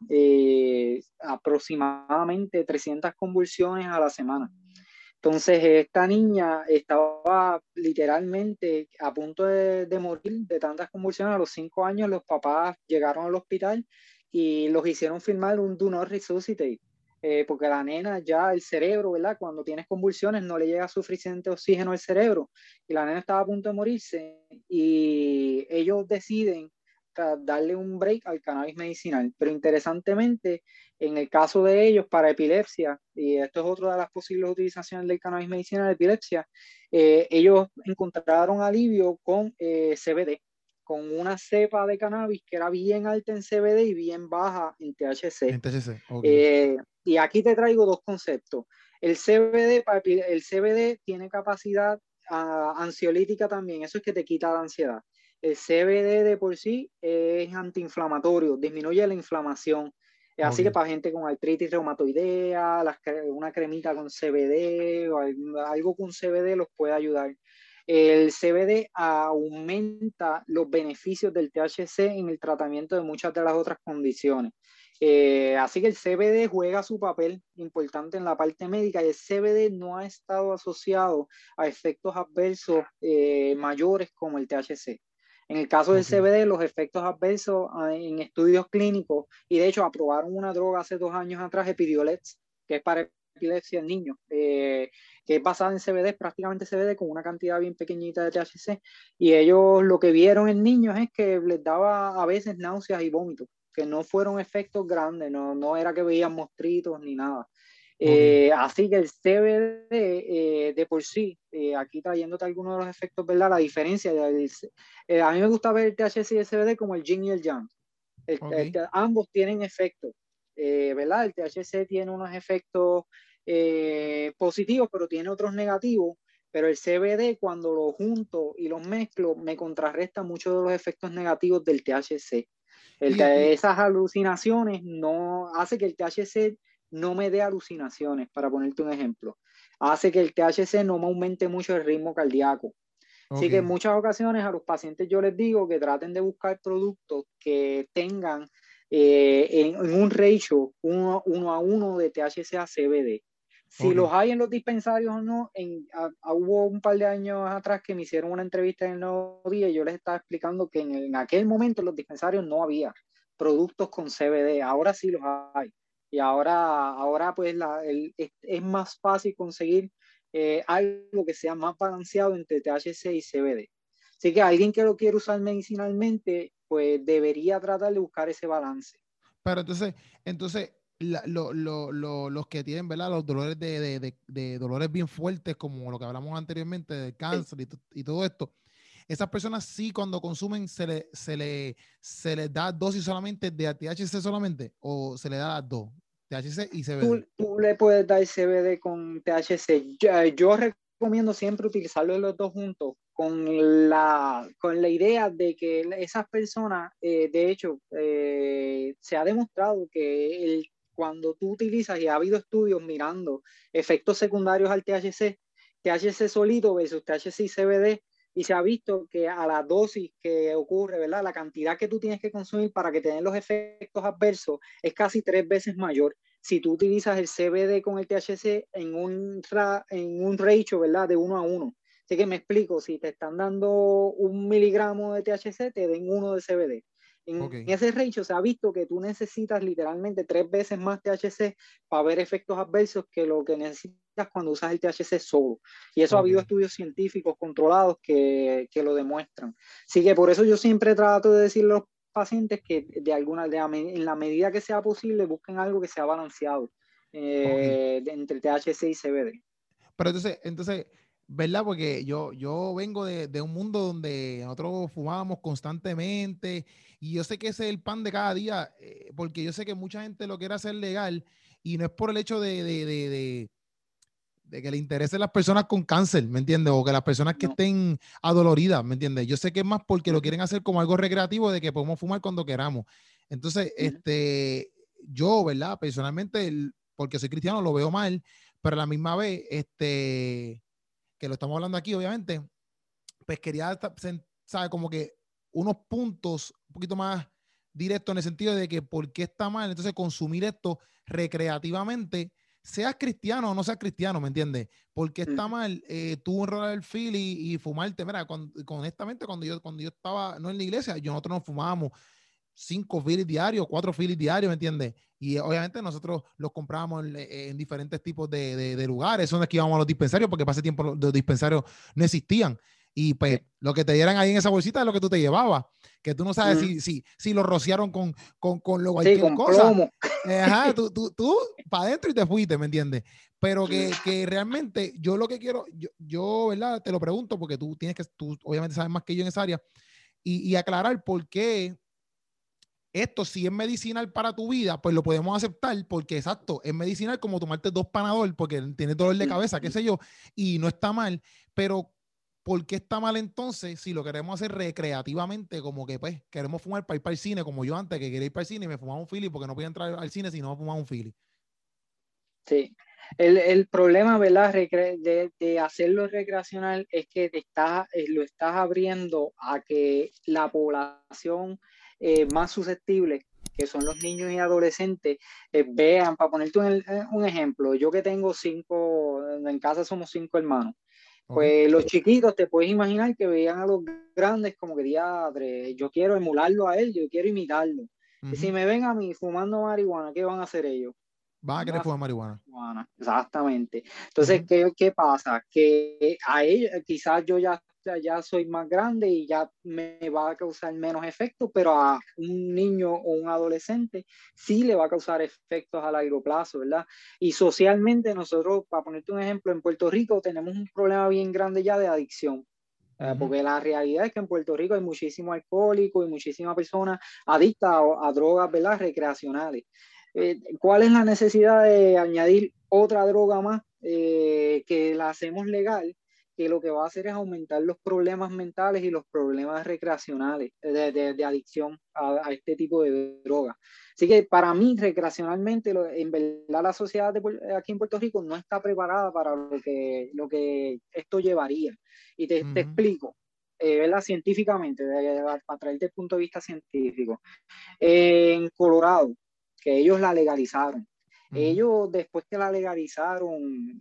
aproximadamente 300 convulsiones a la semana. Entonces, esta niña estaba literalmente a punto de morir de tantas convulsiones. A los 5 años, los papás llegaron al hospital y los hicieron firmar un Do Not Resuscitate, porque la nena ya el cerebro, ¿verdad? Cuando tienes convulsiones no le llega suficiente oxígeno al cerebro y la nena estaba a punto de morirse y ellos deciden darle un break al cannabis medicinal. Pero interesantemente, en el caso de ellos, para epilepsia, y esto es otra de las posibles utilizaciones del cannabis medicinal de epilepsia, ellos encontraron alivio con CBD, con una cepa de cannabis que era bien alta en CBD y bien baja en THC. En THC, ok. Eh, y aquí te traigo dos conceptos. El CBD tiene capacidad ansiolítica también, eso es que te quita la ansiedad. El CBD de por sí es antiinflamatorio, disminuye la inflamación. Así que Ok. para gente con artritis reumatoidea, una cremita con CBD o algo con CBD los puede ayudar. El CBD aumenta los beneficios del THC en el tratamiento de muchas de las otras condiciones. Así que el CBD juega su papel importante en la parte médica y el CBD no ha estado asociado a efectos adversos mayores como el THC. En el caso del Ok. CBD, los efectos adversos en estudios clínicos, y de hecho aprobaron una droga hace 2 años atrás, Epidiolex, que es para epilepsia en niños, que es basada en CBD, es prácticamente CBD con una cantidad bien pequeñita de THC, y ellos lo que vieron en niños es que les daba a veces náuseas y vómitos, que no fueron efectos grandes, no era que veían mostritos ni nada. Ok. Así que el CBD de por sí, aquí trayéndote algunos de los efectos, ¿verdad? La diferencia, a mí me gusta ver el THC y el CBD como el yin y el yang. Ok. Ambos tienen efectos, ¿verdad? El THC tiene unos efectos positivos, pero tiene otros negativos. Pero el CBD, cuando lo junto y los mezclo, me contrarresta muchos de los efectos negativos del THC. Y, Esas alucinaciones no hace que el THC no me dé alucinaciones, para ponerte un ejemplo. Hace que el THC no me aumente mucho el ritmo cardíaco. Así que en ok. muchas ocasiones a los pacientes yo les digo que traten de buscar productos que tengan en un ratio 1 a 1 de THC a CBD. Si Ok. los hay en los dispensarios o no, hubo un par de años atrás que me hicieron una entrevista en el Nuevo Día y yo les estaba explicando que en aquel momento en los dispensarios no había productos con CBD, ahora sí los hay. Y ahora pues es más fácil conseguir algo que sea más balanceado entre THC y CBD. Así que alguien que lo quiere usar medicinalmente, pues debería tratar de buscar ese balance. Pero entonces los que tienen, ¿verdad? Los dolores de dolores bien fuertes, como lo que hablamos anteriormente, del Sí. cáncer y todo esto, esas personas sí cuando consumen se les da dosis solamente de THC solamente o se le da las dos, THC y CBD. Tú le puedes dar CBD con THC. Yo recomiendo siempre utilizarlo los dos juntos con la idea de que esas personas, de hecho, se ha demostrado que cuando tú utilizas, y ha habido estudios mirando efectos secundarios al THC, THC solito versus THC y CBD, y se ha visto que a la dosis que ocurre, ¿verdad? La cantidad que tú tienes que consumir para que te den los efectos adversos es casi 3 veces mayor si tú utilizas el CBD con el THC en un ratio, ¿verdad? De 1 a 1. Así que me explico, si te están dando 1 miligramo de THC, te den 1 de CBD. Ok, En ese ratio se ha visto que tú necesitas literalmente 3 veces más THC para ver efectos adversos que lo que necesitas cuando usas el THC solo. Y eso ha ok. habido estudios científicos controlados que lo demuestran. Así que por eso yo siempre trato de decirle a los pacientes que en la medida que sea posible busquen algo que sea balanceado Ok. entre THC y CBD. Pero entonces ¿verdad? Porque yo vengo de un mundo donde nosotros fumábamos constantemente y yo sé que ese es el pan de cada día, porque yo sé que mucha gente lo quiere hacer legal y no es por el hecho de que le interesen las personas con cáncer, ¿me entiendes? O que las personas que No. estén adoloridas, ¿me entiendes? Yo sé que es más porque lo Ujú, quieren hacer como algo recreativo de que podemos fumar cuando queramos. Entonces, ujú, yo, ¿verdad? Personalmente, porque soy cristiano, lo veo mal, pero a la misma vez, que lo estamos hablando aquí, obviamente, pues quería, ¿sabe? Como que unos puntos un poquito más directos en el sentido de que por qué está mal, entonces consumir esto recreativamente, seas cristiano o no seas cristiano, ¿me entiendes? ¿Por qué está ujú. mal tú enrolar el fil y fumarte? Mira, honestamente, cuando yo estaba, no en la iglesia, nosotros nos fumábamos 5 filis diarios, 4 filis diarios, ¿me entiendes? Y obviamente nosotros los comprábamos en diferentes tipos de lugares. Eso no es que íbamos a los dispensarios, porque para ese tiempo los dispensarios no existían. Y pues Sí. lo que te dieran ahí en esa bolsita es lo que tú te llevabas, que tú no sabes Ujú. si lo rociaron con Sí, cualquier con cosa. plomo. Ajá, tú para adentro y te fuiste, ¿me entiendes? Pero que realmente yo lo que quiero, yo, ¿verdad? Te lo pregunto porque tú obviamente sabes más que yo en esa área y aclarar por qué esto si es medicinal para tu vida, pues lo podemos aceptar porque exacto, es medicinal como tomarte 2 Panadol porque tienes dolor de cabeza, qué Ujú. sé yo, y no está mal, pero ¿por qué está mal entonces si lo queremos hacer recreativamente? Como que pues queremos fumar para ir para el cine, como yo antes que quería ir para el cine y me fumaba un Philly porque no podía entrar al cine si no me fumaba un Philly. Sí. El problema, ¿verdad? De hacerlo recreacional es que lo estás abriendo a que la población más susceptible, que son los niños y adolescentes, vean, para ponerte un ejemplo, yo que tengo 5, en casa somos 5 hermanos, ¿Ok? pues los chiquitos te puedes imaginar que veían a los grandes como que diadre, yo quiero emularlo a él, yo quiero imitarlo. Y si Ujú. me ven a mí fumando marihuana, ¿qué van a hacer ellos? Vas a Van querer a fumar fumar marihuana. marihuana, exactamente. Entonces, Ujú. ¿qué pasa? Que a ellos, quizás yo ya soy más grande y ya me va a causar menos efectos, pero a un niño o un adolescente sí le va a causar efectos a largo plazo, ¿verdad? Y socialmente nosotros, para ponerte un ejemplo, en Puerto Rico tenemos un problema bien grande ya de adicción. Ujú. Porque la realidad es que en Puerto Rico hay muchísimo alcohólico y muchísimas personas adictas a drogas, ¿verdad? Recreacionales. ¿Cuál es la necesidad de añadir otra droga más que la hacemos legal? Que lo que va a hacer es aumentar los problemas mentales y los problemas recreacionales de adicción a este tipo de drogas. Así que para mí, recreacionalmente, en verdad la sociedad aquí en Puerto Rico no está preparada para lo que esto llevaría. Y te Ujú. explico, ¿verdad? Científicamente, para traerte el punto de vista científico. En Colorado, que ellos la legalizaron. Ujú. Ellos, después que la legalizaron,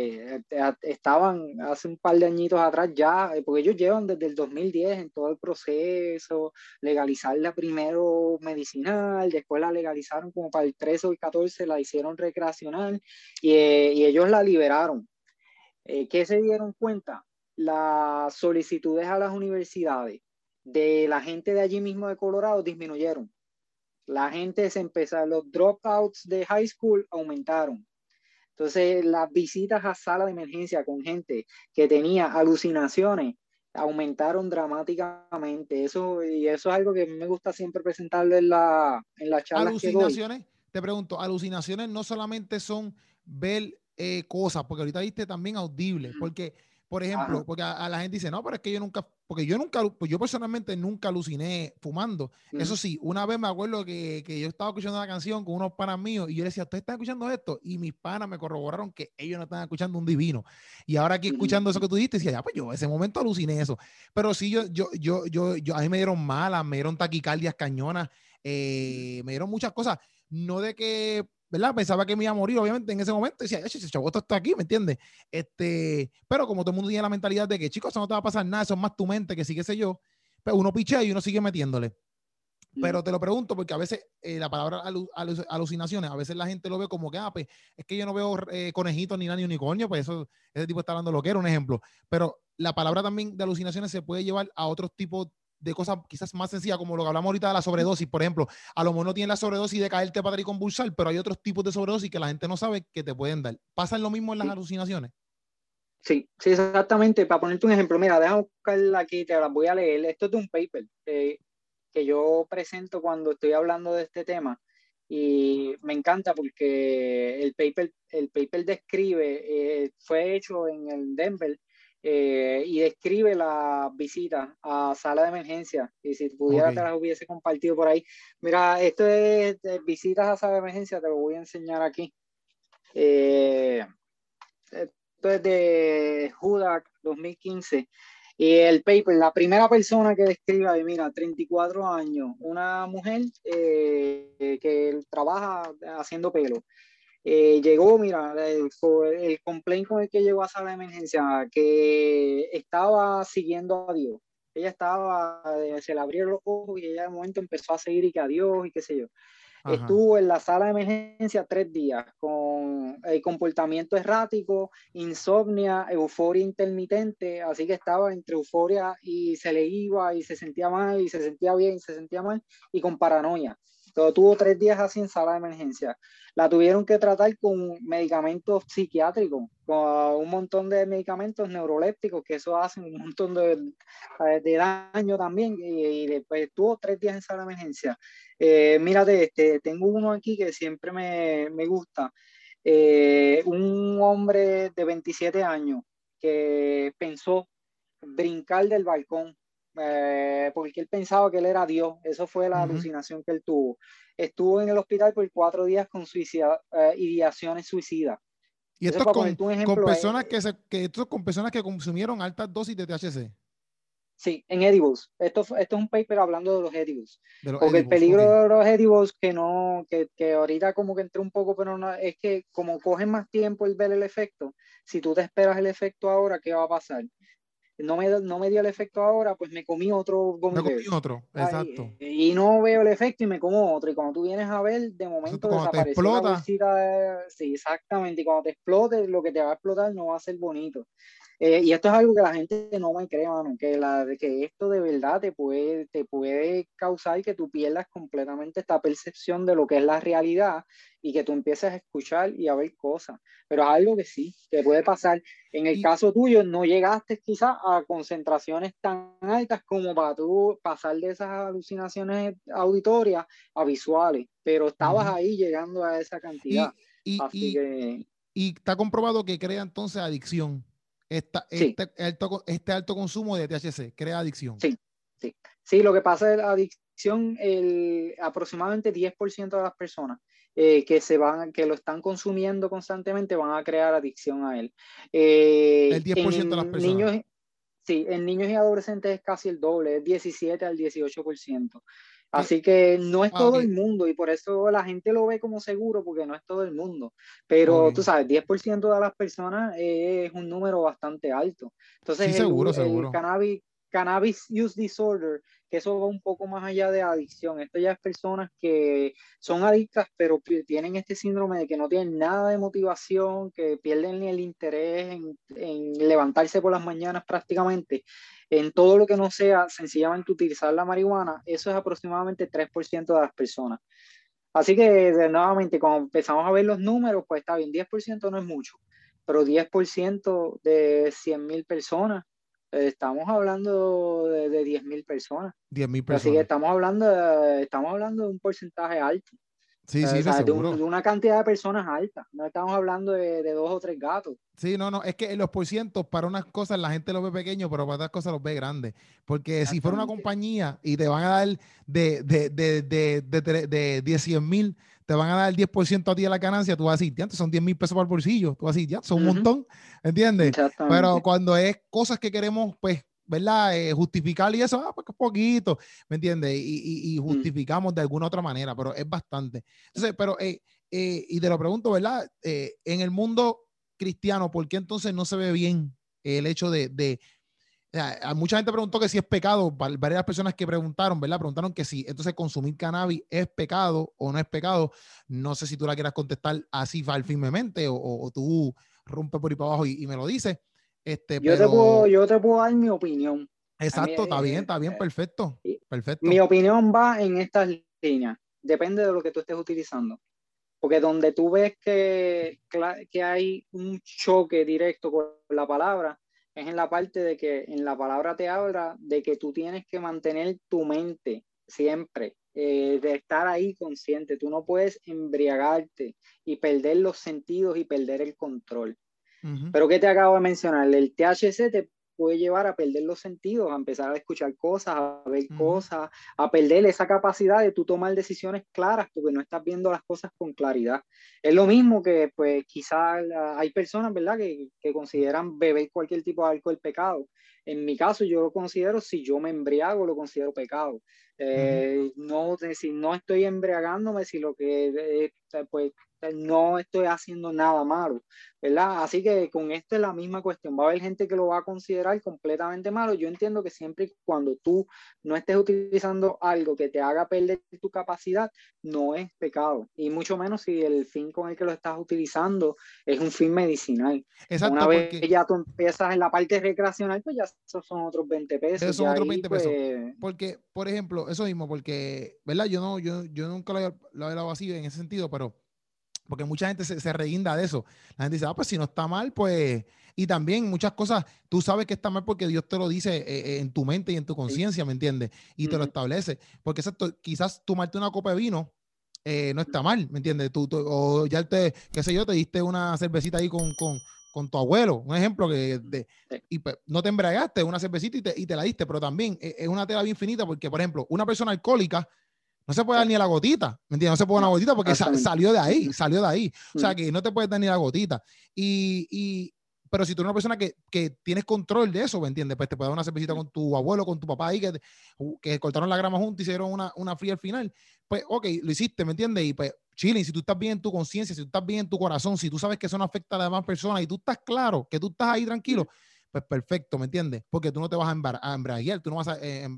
estaban hace un par de añitos atrás ya, porque ellos llevan desde el 2010 en todo el proceso, legalizarla primero medicinal, después la legalizaron como para el 13 o el 14, la hicieron recreacional y ellos la liberaron. ¿Qué se dieron cuenta? Las solicitudes a las universidades de la gente de allí mismo de Colorado disminuyeron. La gente se empezó, los dropouts de high school aumentaron. Entonces, las visitas a sala de emergencia con gente que tenía alucinaciones aumentaron dramáticamente. Y eso es algo que me gusta siempre presentarlo en las charlas que doy. Alucinaciones, te pregunto, alucinaciones no solamente son ver cosas, porque ahorita viste también audibles, porque, por ejemplo, Ajá. porque a la gente dice, no, pero es que yo nunca, pues yo personalmente nunca aluciné fumando. Eso Ujú, sí, una vez me acuerdo que yo estaba escuchando una canción con unos panas míos y yo decía, ¿ustedes están escuchando esto? Y mis panas me corroboraron que ellos no estaban escuchando un divino. Y ahora aquí ujú, escuchando eso que tú dijiste, decía, ya, pues yo ese momento aluciné eso. Pero sí, a mí me dieron malas, me dieron taquicardias cañonas, me dieron muchas cosas, no de que, ¿verdad? Pensaba que me iba a morir, obviamente, en ese momento, decía, ese chavo está aquí, ¿me entiendes? Pero como todo el mundo tiene la mentalidad de que, chicos, eso no te va a pasar nada, eso es más tu mente, que sí, qué sé yo, pues uno pichea y uno sigue metiéndole. ujú. Pero te lo pregunto porque a veces la palabra alucinaciones, a veces la gente lo ve como que, pues, es que yo no veo conejitos ni nada ni unicornio, pues eso, ese tipo está hablando lo que era un ejemplo. Pero la palabra también de alucinaciones se puede llevar a otros tipos de cosas quizás más sencillas, como lo que hablamos ahorita de la sobredosis, por ejemplo. A lo mejor no tiene la sobredosis de caerte para y convulsar, pero hay otros tipos de sobredosis que la gente no sabe que te pueden dar. ¿Pasa lo mismo en las Sí. alucinaciones? Sí, sí, exactamente. Para ponerte un ejemplo, mira, déjame buscarla aquí, te la voy a leer. Esto es de un paper que yo presento cuando estoy hablando de este tema y me encanta porque el paper describe, fue hecho en el Denver y describe las visitas a sala de emergencia y si Ok, pudiera te las hubiese compartido por ahí. Mira, esto es de visitas a sala de emergencia, te lo voy a enseñar aquí. Eh, Esto es de Hudak 2015. Y el paper, la primera persona que describe ahí, mira, 34 años, una mujer que trabaja haciendo pelo. Llegó, mira, el complaint con el que llegó a sala de emergencia, que estaba siguiendo a Dios. Ella estaba, se le abrieron los ojos y ella de momento empezó a seguir y que a Dios y qué sé yo. ajá. Estuvo en la sala de emergencia 3 días con comportamiento errático, insomnia, euforia intermitente, así que estaba entre euforia y se le iba y se sentía mal y se sentía bien y se sentía mal y con paranoia. Todo tuvo 3 días así en sala de emergencia. La tuvieron que tratar con medicamentos psiquiátricos, con un montón de medicamentos neurolépticos, que eso hace un montón de daño también. Y después tuvo 3 días en sala de emergencia. Mírate, tengo uno aquí que siempre me gusta. Un hombre de 27 años que pensó brincar del balcón porque él pensaba que él era Dios. Eso fue la Ujú. alucinación que él tuvo. Estuvo en el hospital por 4 días con ideaciones suicidas. Y Eso esto es es para ponerte un con ejemplo. personas esto es con personas que consumieron altas dosis de THC, Sí, en edibles. Esto es un paper hablando de los edibles. de los Porque el edibles. Ok. peligro de los edibles, que ahorita como que entré un poco, pero no, es que como cogen más tiempo el ver el efecto, si tú te esperas el efecto ahora, ¿qué va a pasar? No me dio el efecto ahora, pues me comí otro Me gummy comí bears. otro, exacto. Y no veo el efecto y me como otro. Y cuando tú vienes a ver, de Eso momento cuando te desapareció la explota. bolsita. Sí, exactamente. Y cuando te explote, lo que te va a explotar no va a ser bonito. Y esto es algo que la gente no me cree, mano, que esto de verdad te puede causar que tú pierdas completamente esta percepción de lo que es la realidad y que tú empieces a escuchar y a ver cosas. Pero es algo que sí, te puede pasar. En el Y, caso tuyo, no llegaste quizás a concentraciones tan altas como para tú pasar de esas alucinaciones auditorias a visuales, pero estabas ujú. ahí llegando a esa cantidad. y, y, Así y, que y está comprobado que crea entonces adicción. sí. Este alto consumo de THC crea adicción. Sí, sí. Sí, lo que pasa es la adicción, aproximadamente 10% de las personas que lo están consumiendo constantemente van a crear adicción a él. El 10% de las En personas. niños, sí, en niños y adolescentes es casi el doble, es 17 al 18%. Que, Así que no es ok, todo el mundo y por eso la gente lo ve como seguro, porque no es todo el mundo. Pero tú ok. sabes, 10% de las personas es un número bastante alto. Entonces Sí, el, seguro, el seguro. cannabis use disorder, que eso va un poco más allá de adicción. Esto ya es personas que son adictas, pero que tienen este síndrome de que no tienen nada de motivación, que pierden el interés en levantarse por las mañanas prácticamente, en todo lo que no sea sencillamente utilizar la marihuana. Eso es aproximadamente 3% de las personas. Así que nuevamente, cuando empezamos a ver los números, pues está bien, 10% no es mucho, pero 10% de 100.000 personas, estamos hablando de 10.000 personas. 10.000 Así que personas. estamos hablando de un porcentaje alto, Sí, sí, o de sea, de seguro. una cantidad de personas alta. No estamos hablando de 2 o 3 gatos. Sí, no, no, es que en los porcientos para unas cosas la gente lo ve pequeño, pero para otras cosas los ve grandes. Porque si fuera una Exactamente. compañía y te van a dar de 10.000, te van a dar el 10% a ti de la ganancia, tú vas a decir, ya, son 10.000 pesos para el bolsillo. Tú vas a decir, ya, son un Ujú, montón, ¿entiendes? Pero exactamente. cuando es cosas que queremos, pues, ¿verdad? Justificar y eso, pues que poquito, ¿me entiendes? Y Mm. justificamos de alguna otra manera, pero es bastante. Entonces, pero, y te lo pregunto, ¿verdad? En el mundo cristiano, ¿por qué entonces no se ve bien el hecho mucha gente preguntó que si es pecado, varias personas que preguntaron, ¿verdad? Preguntaron que si entonces consumir cannabis es pecado o no es pecado. No sé si tú la quieras contestar así firmemente o tú rompes por ahí para abajo y me lo dices. Yo te puedo, Pero yo te puedo dar mi opinión. A mí, exacto, está bien, perfecto, y mi perfecto. opinión va en estas líneas. Depende de lo que tú estés utilizando. porque donde tú ves que hay un choque directo con la palabra, es en la parte de que en la palabra te habla de que tú tienes que mantener tu mente siempre, de estar ahí consciente. Tú no puedes embriagarte y perder los sentidos y perder el control. Pero ¿qué te acabo de mencionar? El THC te puede llevar a perder los sentidos, a empezar a escuchar cosas, a ver cosas, a perder esa capacidad de tú tomar decisiones claras porque no estás viendo las cosas con claridad. Es lo mismo que pues quizás hay personas, ¿verdad?, que consideran beber cualquier tipo de alcohol pecado. En mi caso yo lo considero, si yo me embriago, lo considero pecado. No, si no estoy embriagándome, si lo que pues no estoy haciendo nada malo, ¿verdad? Así que con esto es la misma cuestión. Va a haber gente que lo va a considerar completamente malo. Yo entiendo que siempre y cuando tú no estés utilizando algo que te haga perder tu capacidad, no es pecado. Y mucho menos si el fin con el que lo estás utilizando es un fin medicinal. Una Exacto, vez porque ya tú empiezas en la parte recreacional, pues ya esos son otros 20 pesos. esos son Ya otros ahí, 20 pesos. pues... Porque, por ejemplo, eso mismo, porque, ¿verdad? Yo nunca lo he hablado así en ese sentido, pero porque mucha gente se reguinda de eso. La gente dice, ah, pues si no está mal, pues... Y también muchas cosas, tú sabes que está mal porque Dios te lo dice en tu mente y en tu Sí. conciencia, ¿me entiendes? Y te lo establece. Porque exacto, quizás tomarte una copa de vino no está mal, ¿me entiendes? O ya qué sé yo, te diste una cervecita ahí con tu abuelo, un ejemplo Sí. y pues, no te embriagaste, una cervecita y te la diste, pero también es una tela bien finita porque, por ejemplo, una persona alcohólica no se puede dar Sí. ni a la gotita, ¿me entiendes? No se puede dar una No, gotita porque exactamente. salió de ahí, salió de ahí. O sea, Ujú. que no te puedes dar ni la gotita. Pero si tú eres una persona que tienes control de eso, ¿me entiendes? Pues te puedes dar una cervecita con tu abuelo, con tu papá ahí, que cortaron la grama juntos y hicieron una fría al final. Pues, ok, lo hiciste, ¿me entiendes? Y pues, chilling, si tú estás bien en tu conciencia, si tú estás bien en tu corazón, si tú sabes que eso no afecta a las demás personas y tú estás claro, que tú estás ahí tranquilo, pues perfecto, ¿me entiendes? Porque tú no te vas a embriagar, tú no vas a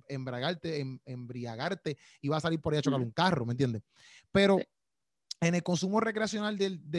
embriagarte y vas a salir por ahí a chocar un carro, ¿me entiendes? Pero en el consumo recreacional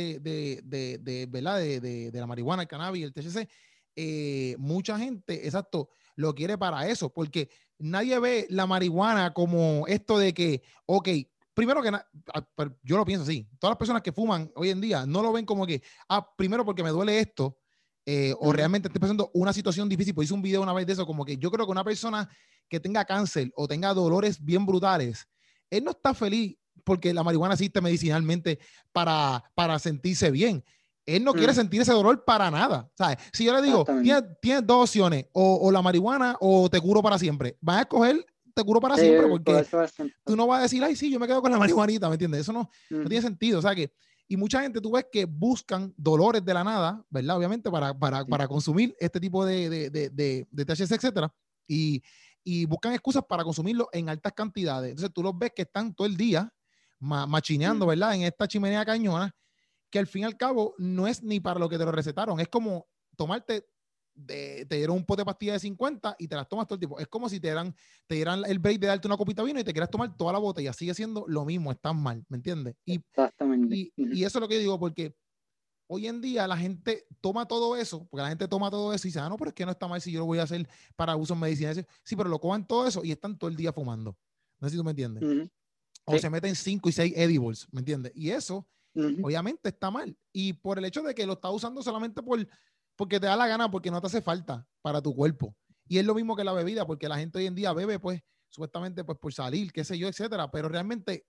¿verdad? De la marihuana, el cannabis, el THC, mucha gente, exacto, lo quiere para eso, porque nadie ve la marihuana como esto de que, ok, primero que nada, yo lo pienso así, todas las personas que fuman hoy en día no lo ven como que, primero porque me duele esto, o realmente estoy pasando una situación difícil, pues hice un video una vez de eso, como que yo creo que una persona que tenga cáncer o tenga dolores bien brutales, él no está feliz porque la marihuana existe medicinalmente para sentirse bien. Él no quiere sentir ese dolor para nada. ¿Sabes? Si yo le digo, Exactamente. tienes dos opciones, o la marihuana o te curo para siempre, vas a escoger te curo para siempre Por porque eso es tú no vas a decir, ay, sí, yo me quedo con la marihuanita, ¿me entiendes? Eso no tiene sentido. O sea que, y mucha gente tú ves que buscan dolores de la nada, ¿verdad? Obviamente para consumir este tipo de THC, etcétera. Y buscan excusas para consumirlo en altas cantidades. Entonces tú los ves que están todo el día machineando, ¿verdad? En esta chimenea cañona, que al fin y al cabo no es ni para lo que te lo recetaron. Es como tomarte, te dieron un pote de pastillas de 50 y te las tomas todo el tiempo. Es como si te dieran el break de darte una copita de vino y te quieras tomar toda la botella. Sigue siendo lo mismo, estás mal, ¿me entiendes? Exactamente. Y eso es lo que yo digo, porque hoy en día la gente toma todo eso, porque la gente toma todo eso y dice, no, pero es que no está mal si yo lo voy a hacer para usos medicinales. Sí, pero lo coman todo eso y están todo el día fumando. No sé si tú me entiendes. O Sí. se meten 5 y 6 edibles, ¿me entiendes? Y eso, Ujú. obviamente, está mal. Y por el hecho de que lo está usando solamente porque te da la gana, porque no te hace falta para tu cuerpo. Y es lo mismo que la bebida, porque la gente hoy en día bebe, pues, supuestamente, pues, por salir, qué sé yo, etcétera. Pero realmente,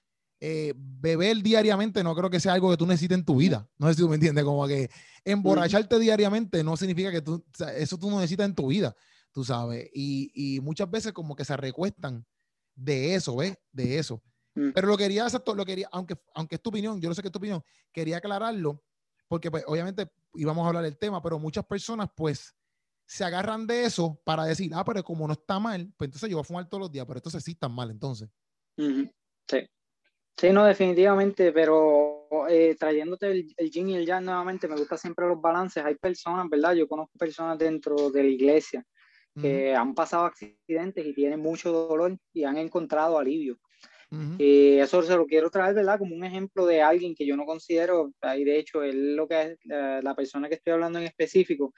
beber diariamente no creo que sea algo que tú necesites en tu No. vida. No sé si tú me entiendes, como que Ujú. emborracharte diariamente no significa que o sea, eso tú no necesitas en tu vida, tú sabes. Y muchas veces como que se recuestan de eso, ¿ves? De eso. Ujú. Pero lo quería, aunque es tu opinión, yo no sé qué es tu opinión, quería aclararlo, porque pues obviamente íbamos a hablar del tema, pero muchas personas pues se agarran de eso para decir, pero como no está mal, pues entonces yo voy a fumar todos los días, pero entonces sí está mal entonces. Ujú. Sí. Sí, no, definitivamente, pero trayéndote el yin y el yang nuevamente, me gusta siempre los balances. Hay personas, ¿verdad? Yo conozco personas dentro de la iglesia Uh -huh, que han pasado accidentes y tienen mucho dolor y han encontrado alivio. uh -huh, Y eso se lo quiero traer, ¿verdad? Como un ejemplo de alguien que yo no considero, y de hecho, él lo que es, la persona que estoy hablando en específico,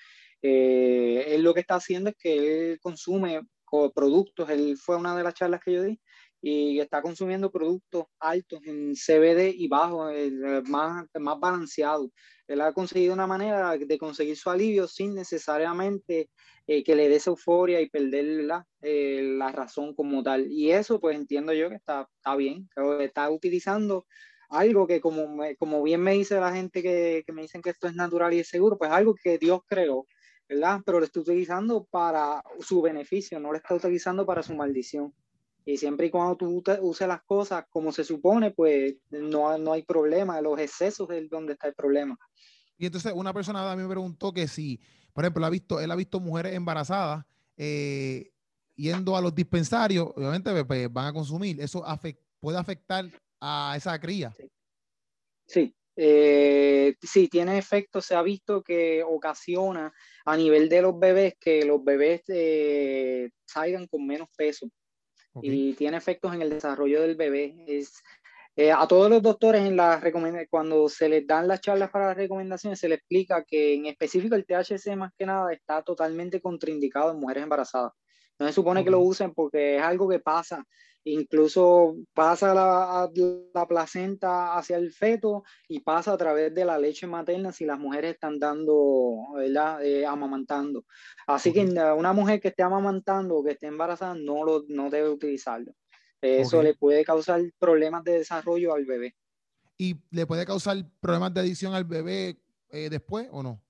él lo que está haciendo es que él consume productos, él fue a una de las charlas que yo di, y está consumiendo productos altos en CBD y bajos, más balanceados. Él ha conseguido una manera de conseguir su alivio sin necesariamente que le dé esa euforia y perder la razón como tal. Y eso pues entiendo yo que está bien, que está utilizando algo que como bien me dice la gente que me dicen que esto es natural y es seguro, pues algo que Dios creó, ¿verdad? Pero lo está utilizando para su beneficio, no lo está utilizando para su maldición. Y siempre y cuando tú uses las cosas como se supone, pues no hay problema. Los excesos es donde está el problema. Y entonces una persona a mí me preguntó que si, por ejemplo, él ha visto mujeres embarazadas eh, yendo a los dispensarios, obviamente pues, van a consumir. Eso puede afectar a esa cría. Sí, sí. Sí, tiene efecto. Se ha visto que ocasiona a nivel de los bebés que los bebés salgan con menos peso Ok, y tiene efectos en el desarrollo del bebé. A todos los doctores cuando se les dan las charlas para las recomendaciones, se les explica que en específico el THC más que nada está totalmente contraindicado en mujeres embarazadas. No se supone que ok, lo usen porque es algo que pasa. Incluso pasa la placenta hacia el feto y pasa a través de la leche materna si las mujeres están dando, ¿verdad? Amamantando. Así ok, que una mujer que esté amamantando o que esté embarazada no debe utilizarlo. ok. Eso le puede causar problemas de desarrollo al bebé. ¿Y le puede causar problemas de adicción al bebé después o no?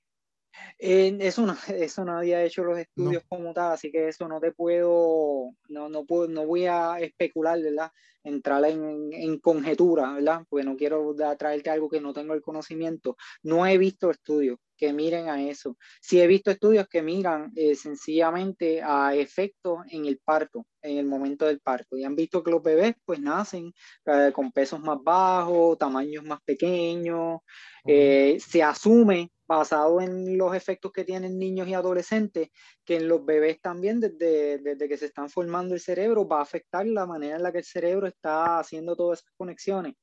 Eso nadie ha hecho los No. estudios como tal, así que eso no voy a especular, ¿verdad? Entrar en conjetura, ¿verdad? Porque no quiero traerte algo que no tengo el conocimiento. No he visto estudios que miren a eso. Sí he visto estudios que miran sencillamente a efectos en el parto, en el momento del parto, y han visto que los bebés pues nacen con pesos más bajos, tamaños más pequeños. Ok, Se asume, basado en los efectos que tienen niños y adolescentes, que en los bebés también, desde que se están formando el cerebro, va a afectar la manera en la que el cerebro está haciendo todas esas conexiones.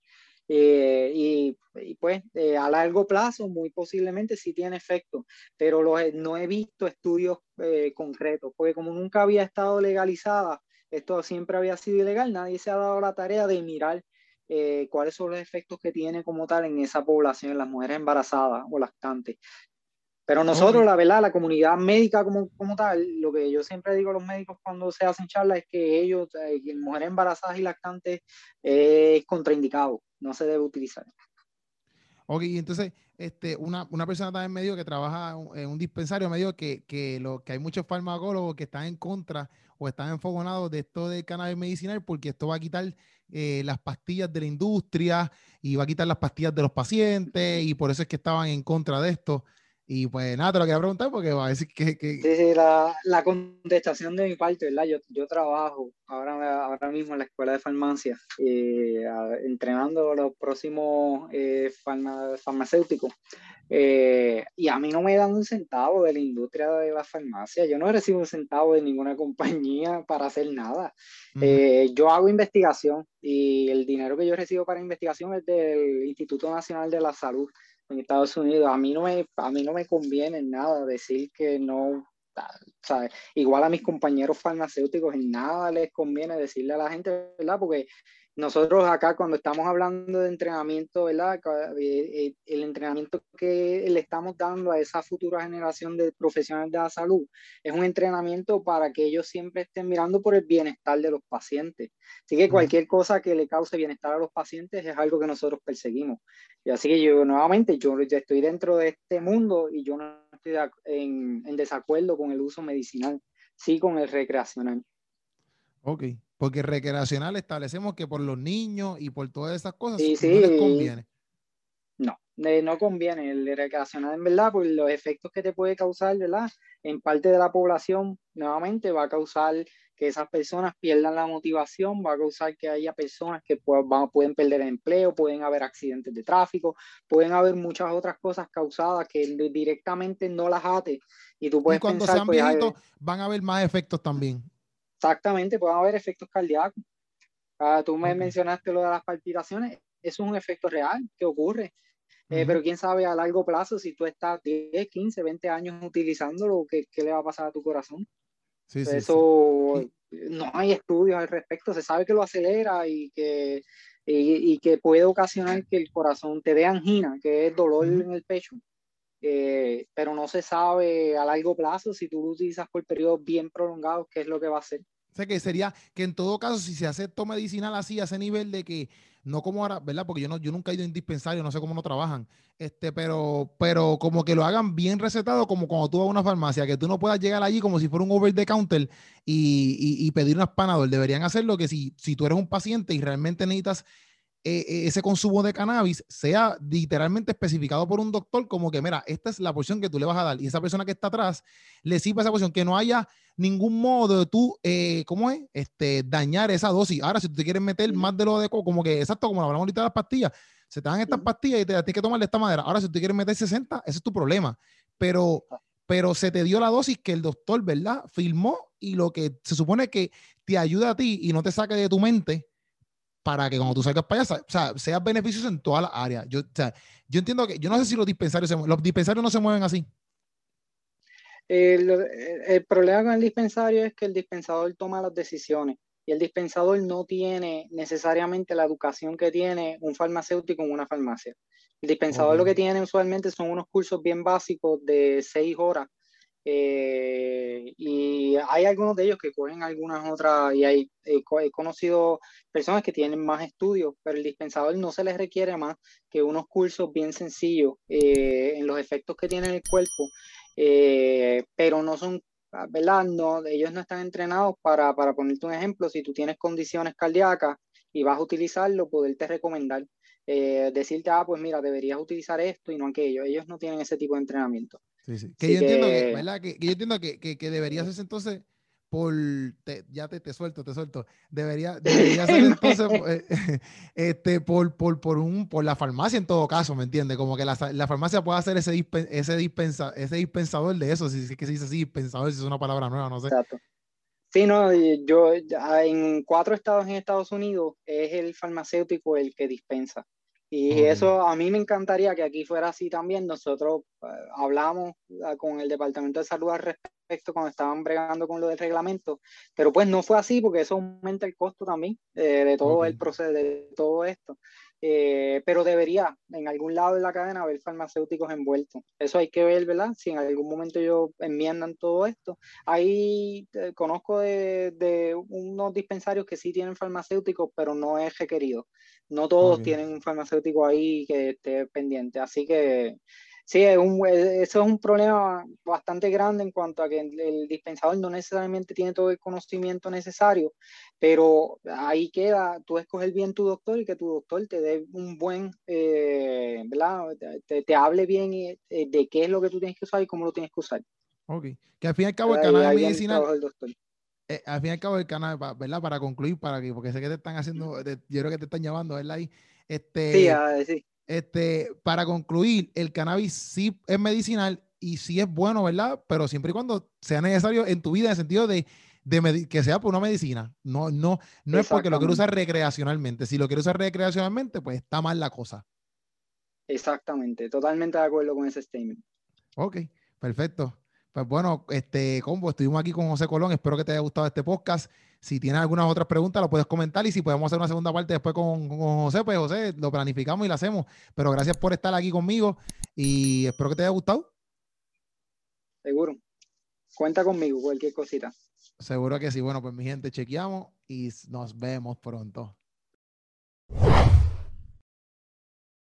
Pues a largo plazo muy posiblemente sí tiene efecto, pero no he visto estudios concretos, porque como nunca había estado legalizada, esto siempre había sido ilegal, nadie se ha dado la tarea de mirar cuáles son los efectos que tiene como tal en esa población, en las mujeres embarazadas o lactantes. Pero ok, nosotros, la verdad, la comunidad médica como tal, lo que yo siempre digo a los médicos cuando se hacen charlas es que ellos, en mujeres embarazadas y lactantes, es contraindicado, no se debe utilizar. ok. Y entonces, una persona también me dijo que trabaja en un dispensario, me dijo que hay muchos farmacólogos que están en contra o están enfogonados de esto del cannabis medicinal porque esto va a quitar las pastillas de la industria y va a quitar las pastillas de los pacientes y por eso es que estaban en contra de esto. Y pues nada, te lo quería preguntar porque va a decir Sí, sí, la contestación de mi parte, ¿verdad? Yo trabajo ahora mismo en la escuela de farmacia, entrenando a los próximos farmacéuticos. Y a mí no me dan un centavo de la industria de la farmacia. Yo no recibo un centavo de ninguna compañía para hacer nada. Ujú. Yo hago investigación y el dinero que yo recibo para investigación es del Instituto Nacional de la Salud en Estados Unidos. A mí no me conviene en nada decir que no, ¿sabes? Igual a mis compañeros farmacéuticos en nada les conviene decirle a la gente, ¿verdad? Porque nosotros acá cuando estamos hablando de entrenamiento, ¿verdad? El entrenamiento que le estamos dando a esa futura generación de profesionales de la salud es un entrenamiento para que ellos siempre estén mirando por el bienestar de los pacientes. Así que Ujú. cualquier cosa que le cause bienestar a los pacientes es algo que nosotros perseguimos. Y así que yo nuevamente, yo ya estoy dentro de este mundo y yo no estoy en desacuerdo con el uso medicinal, sí con el recreacional. Ok, porque recreacional establecemos que por los niños y por todas esas cosas Sí, no les sí, conviene. no, no conviene el recreacional en verdad, por los efectos que te puede causar, ¿verdad? En parte de la población, nuevamente va a causar que esas personas pierdan la motivación, va a causar que haya personas que pueden perder el empleo, pueden haber accidentes de tráfico, pueden haber muchas otras cosas causadas que directamente no las ate. Y tú Y puedes cuando pensar, sean pues, viejitos van a haber más efectos también. exactamente, pueden haber efectos cardíacos. Tú me Ok. mencionaste lo de las palpitaciones, eso es un efecto real que ocurre. Ujú. Pero quién sabe a largo plazo si tú estás 10, 15, 20 años utilizándolo, ¿qué le va a pasar a tu corazón? Sí, sí, sí. Eso, Y, no hay estudios al respecto. Se sabe que lo acelera y que puede ocasionar que el corazón te dé angina, que es dolor Ujú. en el pecho. Pero no se sabe a largo plazo si tú lo utilizas por periodos bien prolongados qué es lo que va a hacer. O sea, que sería que en todo caso, si se hace esto medicinal así, a ese nivel de que, no como ahora, ¿verdad? Porque yo, no, yo nunca he ido a un dispensario, no sé cómo no trabajan, pero como que lo hagan bien recetado, como cuando tú vas a una farmacia, que tú no puedas llegar allí como si fuera un over the counter y pedir unas Panadol. Deberían hacerlo que si tú eres un paciente y realmente necesitas ese consumo de cannabis sea literalmente especificado por un doctor como que, mira, esta es la porción que tú le vas a dar y esa persona que está atrás le sirva esa porción, que no haya ningún modo de tú, ¿cómo es? Dañar esa dosis. Ahora, si tú te quieres meter Ujú, más de lo de, como que, exacto, como lo hablamos ahorita de las pastillas, se te dan estas ujú. pastillas y te tienes que tomar de esta manera. Ahora, si tú quieres meter 60, ese es tu problema. Pero, pero se te dio la dosis que el doctor, ¿verdad? Filmó y lo que se supone que te ayuda a ti y no te saque de tu mente para que cuando tú salgas para allá, o sea, seas beneficioso en todas las áreas. Yo, o sea, yo entiendo que, yo no sé si los dispensarios no se mueven así. El problema con el dispensario es que el dispensador toma las decisiones y el dispensador no tiene necesariamente la educación que tiene un farmacéutico en una farmacia. El Ok, dispensador lo que tiene usualmente son unos cursos bien básicos de 6 horas, y hay algunos de ellos que cogen algunas otras y he conocido personas que tienen más estudios, pero el dispensador no se les requiere más que unos cursos bien sencillos en los efectos que tiene el cuerpo, pero no son, ¿verdad? No, ellos no están entrenados para ponerte un ejemplo, si tú tienes condiciones cardíacas y vas a utilizarlo, poderte recomendar, decirte, pues mira, deberías utilizar esto y no aquello. Ellos no tienen ese tipo de entrenamiento. sí, sí. Que Así yo entiendo que, que ¿verdad? Que yo entiendo que debería hacerse entonces por, ya te suelto, te suelto. Debería ser entonces por la farmacia en todo caso, ¿me entiendes? Como que la farmacia puede hacer ese dispensador de eso, si es que se dice así, dispensador, si es una palabra nueva, no sé. Exacto. Sí, no, y yo en 4 estados en Estados Unidos es el farmacéutico el que dispensa. Y Ok, eso a mí me encantaría que aquí fuera así también. Nosotros hablamos con el Departamento de Salud al respecto cuando estaban bregando con lo del reglamento, pero pues no fue así porque eso aumenta el costo también de todo ok. el proceso, de todo esto. Pero debería en algún lado de la cadena haber farmacéuticos envueltos. Eso hay que ver, ¿verdad? Si en algún momento ellos enmiendan todo esto. Ahí conozco de unos dispensarios que sí tienen farmacéuticos, pero no es requerido. No todos Ok. tienen un farmacéutico ahí que esté pendiente. Así que sí, eso es un problema bastante grande en cuanto a que el dispensador no necesariamente tiene todo el conocimiento necesario, pero ahí queda, tú escoger bien tu doctor y que tu doctor te dé un buen, ¿verdad? Te hable bien de qué es lo que tú tienes que usar y cómo lo tienes que usar. Ok. Que al fin y al cabo el Ahí, cannabis ahí viene el medicinal, trabajo del doctor. al fin y al cabo el cannabis, ¿verdad? Para concluir, porque sé que te están haciendo, yo creo que te están llamando, ¿verdad? Ahí, Sí, este, sí, para concluir, el cannabis sí es medicinal y sí es bueno, ¿verdad? Pero siempre y cuando sea necesario en tu vida, en el sentido que sea por una medicina. No es porque lo quiero usar exactamente, recreacionalmente. Si lo quiero usar recreacionalmente, pues está mal la cosa. exactamente. Totalmente de acuerdo con ese statement. Ok, perfecto. Pues bueno, combo, estuvimos aquí con José Colón. Espero que te haya gustado este podcast. Si tienes algunas otras preguntas, lo puedes comentar y si podemos hacer una segunda parte después con José, pues José, lo planificamos y lo hacemos. Pero gracias por estar aquí conmigo y espero que te haya gustado. Seguro. Cuenta conmigo, cualquier cosita. Seguro que sí. Bueno, pues mi gente, chequeamos y nos vemos pronto.